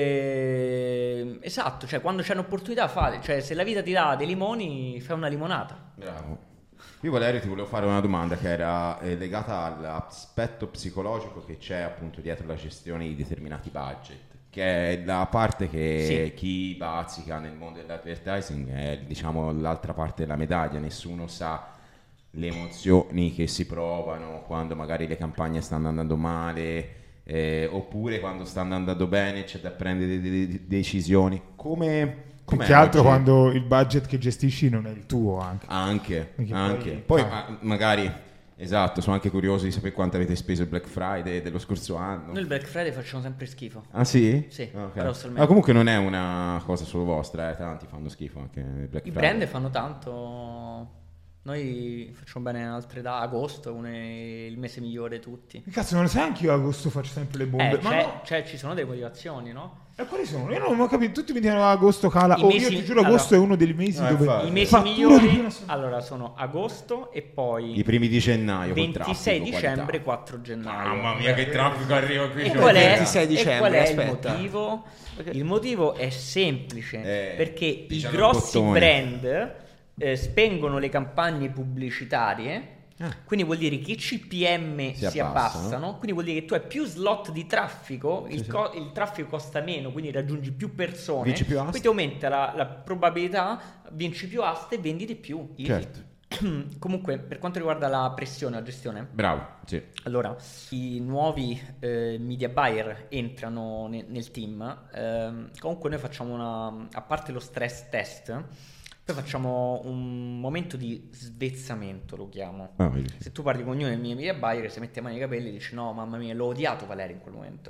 S1: esatto, cioè quando c'è un'opportunità fate, cioè se la vita ti dà dei limoni fai una limonata.
S3: Bravo. Io Valerio ti volevo fare una domanda che era legata all'aspetto psicologico che c'è appunto dietro la gestione di determinati budget, che è la parte che chi bazzica nel mondo dell'advertising è, diciamo, l'altra parte della medaglia. Nessuno sa le emozioni che si provano quando magari le campagne stanno andando male, oppure quando stanno andando bene c'è da prendere delle decisioni.
S2: Più che altro quando il budget che gestisci non è il tuo
S3: anche. Poi magari, esatto, sono anche curioso di sapere quanto avete speso il Black Friday dello scorso anno.
S1: Noi il Black Friday facciamo sempre schifo.
S3: Ah sì?
S1: Sì,
S3: okay. Ma comunque non è una cosa solo vostra, tanti fanno schifo anche il Black Friday.
S1: I brand fanno tanto Noi facciamo bene altre da agosto, il mese migliore tutti.
S2: Cazzo, non lo sai, anche io a agosto faccio sempre le bombe. Ma
S1: ci sono delle motivazioni, no?
S2: E quali sono? Io non ho capito. Tutti mi dicono agosto cala. Io ti giuro, agosto è uno dei mesi dove
S1: i mesi migliori sono agosto e poi
S3: i primi di gennaio,
S1: 26 dicembre, 4 gennaio.
S3: Mamma mia, che traffico arriva qui.
S1: E qual è il motivo? Il motivo è semplice, perché i grossi brand spengono le campagne pubblicitarie. Quindi vuol dire che i CPM si abbassano, quindi vuol dire che tu hai più slot di traffico, il traffico costa meno, quindi raggiungi più persone, quindi aumenta la probabilità, vinci più aste e vendi di più.
S3: Certo.
S1: Comunque, per quanto riguarda la pressione, la gestione,
S3: bravo, sì.
S1: Allora, i nuovi media buyer entrano nel team. Comunque noi facciamo a parte lo stress test, poi facciamo un momento di svezzamento, lo chiamo. Se tu parli con ognuno dei miei media buyer, si mette le mani nei capelli e dici no, mamma mia, l'ho odiato Valerio in quel momento.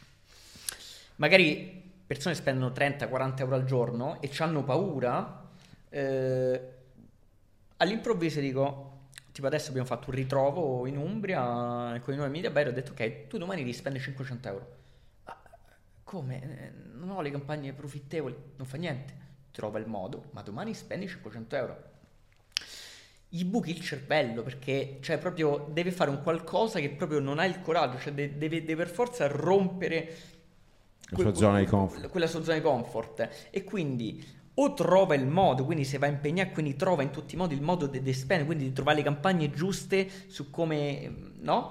S1: Magari persone spendono 30-40 euro al giorno e hanno paura. All'improvviso dico, tipo adesso abbiamo fatto un ritrovo in Umbria con i nuovi media buyer, ho detto ok, tu domani devi spendere 500 euro. Come? Non ho le campagne profittevoli, non fa niente. Trova il modo, ma domani spendi 500 euro. Gli buchi il cervello, perché cioè proprio deve fare un qualcosa che proprio non ha il coraggio, cioè deve per forza rompere
S3: sua zona di comfort.
S1: Quella sua zona di comfort. E quindi o trova il modo, quindi se va a impegnare, quindi trova in tutti i modi il modo di spendere, quindi di trovare le campagne giuste su come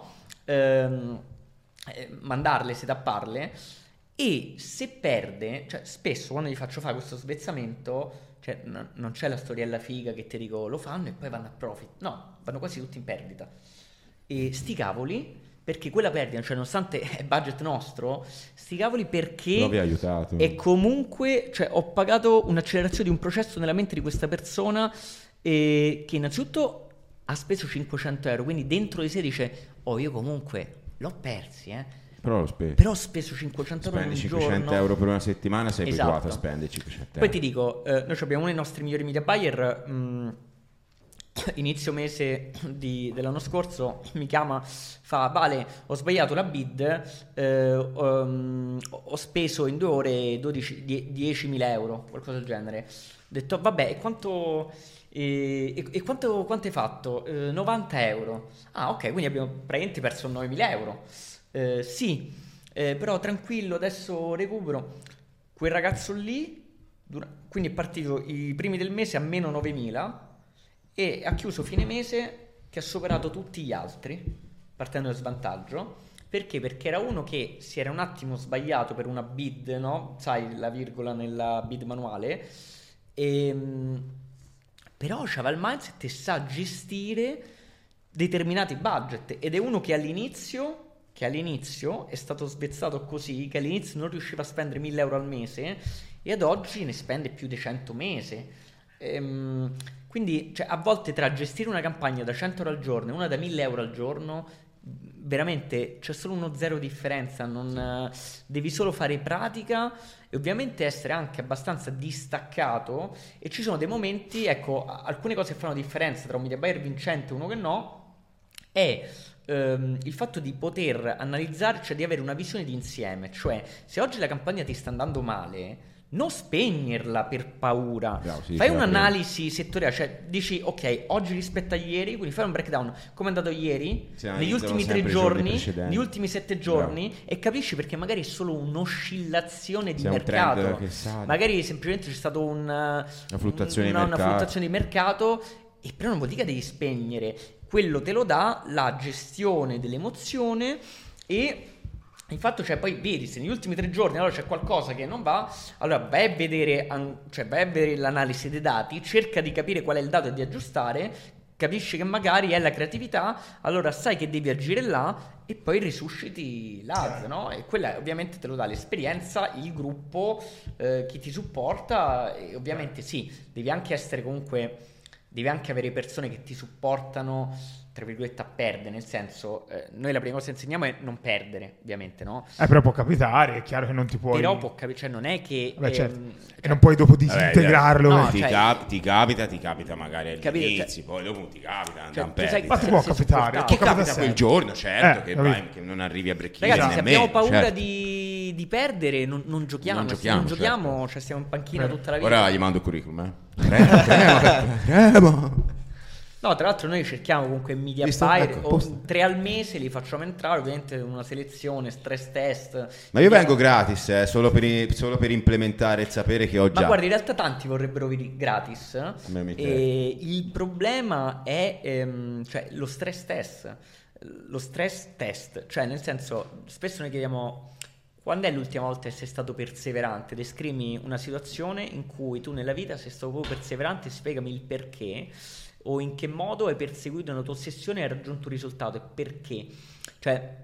S1: mandarle, setapparle. E se perde, cioè spesso quando gli faccio fare questo svezzamento, cioè non c'è la storiella figa che ti dico lo fanno e poi vanno a profit, no, vanno quasi tutti in perdita. E sti cavoli, perché quella perdita, cioè nonostante è budget nostro, sti cavoli perché
S3: lo vi ha aiutato.
S1: E comunque, cioè ho pagato un'accelerazione di un processo nella mente di questa persona che innanzitutto ha speso 500 euro, quindi dentro di sé dice io comunque l'ho persi,
S3: però l'ho speso.
S1: Però ho speso 500 euro in un
S3: 500
S1: giorno.
S3: euro per una settimana, sei abituato a spendere 500 euro.
S1: Poi ti dico, noi abbiamo uno dei nostri migliori media buyer, inizio mese dell'anno scorso, mi chiama, fa Vale, ho sbagliato la bid, ho speso in 2 ore 10.000 euro, qualcosa del genere. Ho detto vabbè, e quanto hai fatto? 90 euro. Ah ok, quindi abbiamo praticamente perso 9.000 euro. Sì, però tranquillo, adesso recupero. Quel ragazzo lì quindi è partito i primi del mese a meno 9.000 e ha chiuso fine mese che ha superato tutti gli altri partendo da svantaggio. Perché? Perché era uno che si era un attimo sbagliato per una bid, no? Sai, la virgola nella bid manuale, però c'aveva il mindset e sa gestire determinati budget, ed è uno che all'inizio è stato svezzato così, che all'inizio non riusciva a spendere 1.000 euro al mese e ad oggi ne spende più di 100 mese. Quindi cioè, a volte tra gestire una campagna da 100 euro al giorno e una da 1.000 euro al giorno veramente c'è solo uno zero differenza, devi solo fare pratica e ovviamente essere anche abbastanza distaccato, e ci sono dei momenti, ecco, alcune cose che fanno differenza tra un media buyer vincente e uno che no è il fatto di poter analizzare, cioè di avere una visione di insieme. Cioè se oggi la campagna ti sta andando male, non spegnerla per paura. Fai un'analisi settoriale, cioè dici ok, oggi rispetto a ieri, quindi fai un breakdown, come è andato ieri, negli ultimi 3 giorni, negli ultimi 7 giorni, e capisci perché magari è solo un'oscillazione di mercato, magari semplicemente c'è stata una fluttuazione di mercato, e però non vuol dire che devi spegnere. Quello te lo dà la gestione dell'emozione, e infatti cioè poi vedi se negli ultimi 3 giorni allora c'è qualcosa che non va, allora vai a vedere l'analisi dei dati, cerca di capire qual è il dato e di aggiustare, capisci che magari è la creatività, allora sai che devi agire là e poi risusciti l'AD, no? E quella ovviamente te lo dà l'esperienza, il gruppo, chi ti supporta, e ovviamente sì, devi anche essere comunque, devi anche avere persone che ti supportano tra virgolette a perdere, nel senso noi la prima cosa che insegniamo è non perdere, ovviamente, no?
S2: Però può capitare, è chiaro che non ti puoi...
S1: Però può capire, cioè non è che...
S2: certo. E non puoi dopo disintegrarlo.
S1: No,
S3: ti capita magari all'inizio, poi dopo ti capita andare a perdere.
S2: Ma ti può capitare.
S3: Che capita quel giorno, certo, che non arrivi a break even.
S1: Ragazzi, se abbiamo paura di perdere, non giochiamo. Se non giochiamo, certo. Cioè stiamo in panchina tutta la vita.
S3: Ora gli mando il curriculum,
S1: No, tra l'altro noi cerchiamo comunque media buyer, 3 al mese li facciamo entrare, ovviamente una selezione, stress test.
S3: Ma io vengo gratis, solo per implementare e sapere che ho già.
S1: Ma guarda, in realtà tanti vorrebbero venire gratis. E il problema è cioè lo stress test. Lo stress test, cioè nel senso, spesso noi chiediamo: quando è l'ultima volta che sei stato perseverante? Descrivimi una situazione in cui tu nella vita sei stato proprio perseverante, spiegami il perché, o in che modo hai perseguito una tua ossessione e hai raggiunto un risultato, e perché. Cioè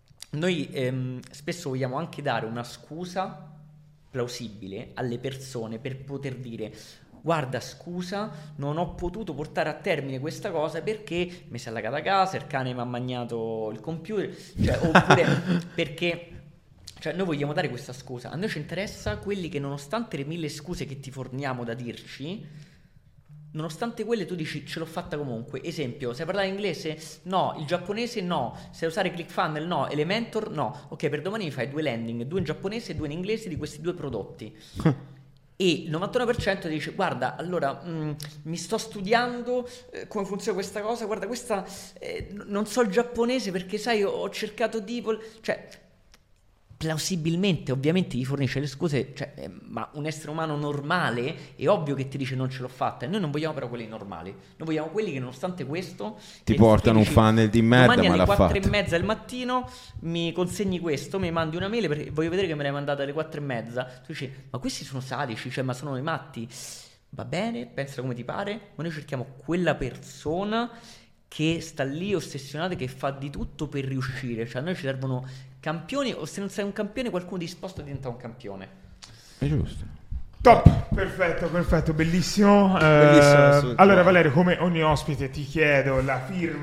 S1: noi spesso vogliamo anche dare una scusa plausibile alle persone per poter dire: guarda, scusa, non ho potuto portare a termine questa cosa perché mi si è allagata casa, il cane mi ha mangiato il computer, cioè, oppure perché... Cioè noi vogliamo dare questa scusa. A noi ci interessa quelli che, nonostante le 1000 scuse che ti forniamo da dirci, nonostante quelle tu dici ce l'ho fatta comunque. Esempio, sai parlare inglese? No. Il giapponese? No. Sai usare ClickFunnels? No. Elementor? No. Ok, per domani mi fai 2 landing, 2 in giapponese e 2 in inglese di questi 2 prodotti. E il 91% dice: guarda, allora mi sto studiando come funziona questa cosa, guarda, questa non so il giapponese perché sai ho cercato di... Cioè, plausibilmente ovviamente gli fornisce le scuse, cioè, ma un essere umano normale è ovvio che ti dice non ce l'ho fatta, e noi non vogliamo però quelli normali, noi vogliamo quelli che nonostante questo
S3: ti portano un funnel di merda,
S1: domani
S3: ma l'ha fatto.
S1: alle 4:30 del mattino mi consegni questo, mi mandi una mail perché voglio vedere che me l'hai mandata alle 4:30. Tu dici: ma questi sono sadici, cioè, ma sono dei matti. Va bene, pensa come ti pare, ma noi cerchiamo quella persona che sta lì ossessionata, che fa di tutto per riuscire. Cioè a noi ci servono campioni, o se non sei un campione qualcuno disposto a diventare un campione.
S3: È giusto.
S2: Top, perfetto, bellissimo. Allora Valerio, come ogni ospite ti chiedo la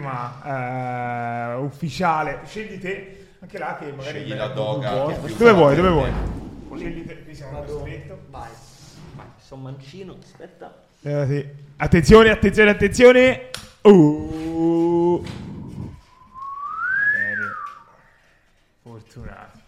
S2: firma ufficiale. Scegli te, anche là che magari...
S3: Scegli la doga.
S2: Dove vuoi? Scegli te, qui siamo costretto.
S1: Vai, sono mancino, aspetta.
S2: Attenzione. Bene. Fortunato.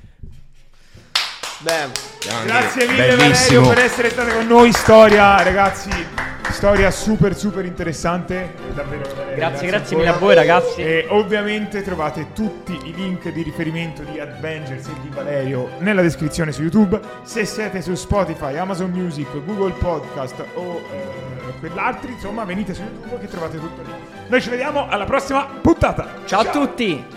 S4: Beh,
S2: grazie mille
S3: bellissimo.
S2: Valerio per essere stato con noi. Storia, ragazzi, storia super interessante, davvero.
S1: Grazie mille a voi, ragazzi.
S2: E ovviamente trovate tutti i link di riferimento di Adventures e di Valerio nella descrizione su YouTube. Se siete su Spotify, Amazon Music, Google Podcast o quell'altro, insomma, venite su YouTube che trovate tutto lì. Noi ci vediamo alla prossima puntata.
S1: Ciao a tutti.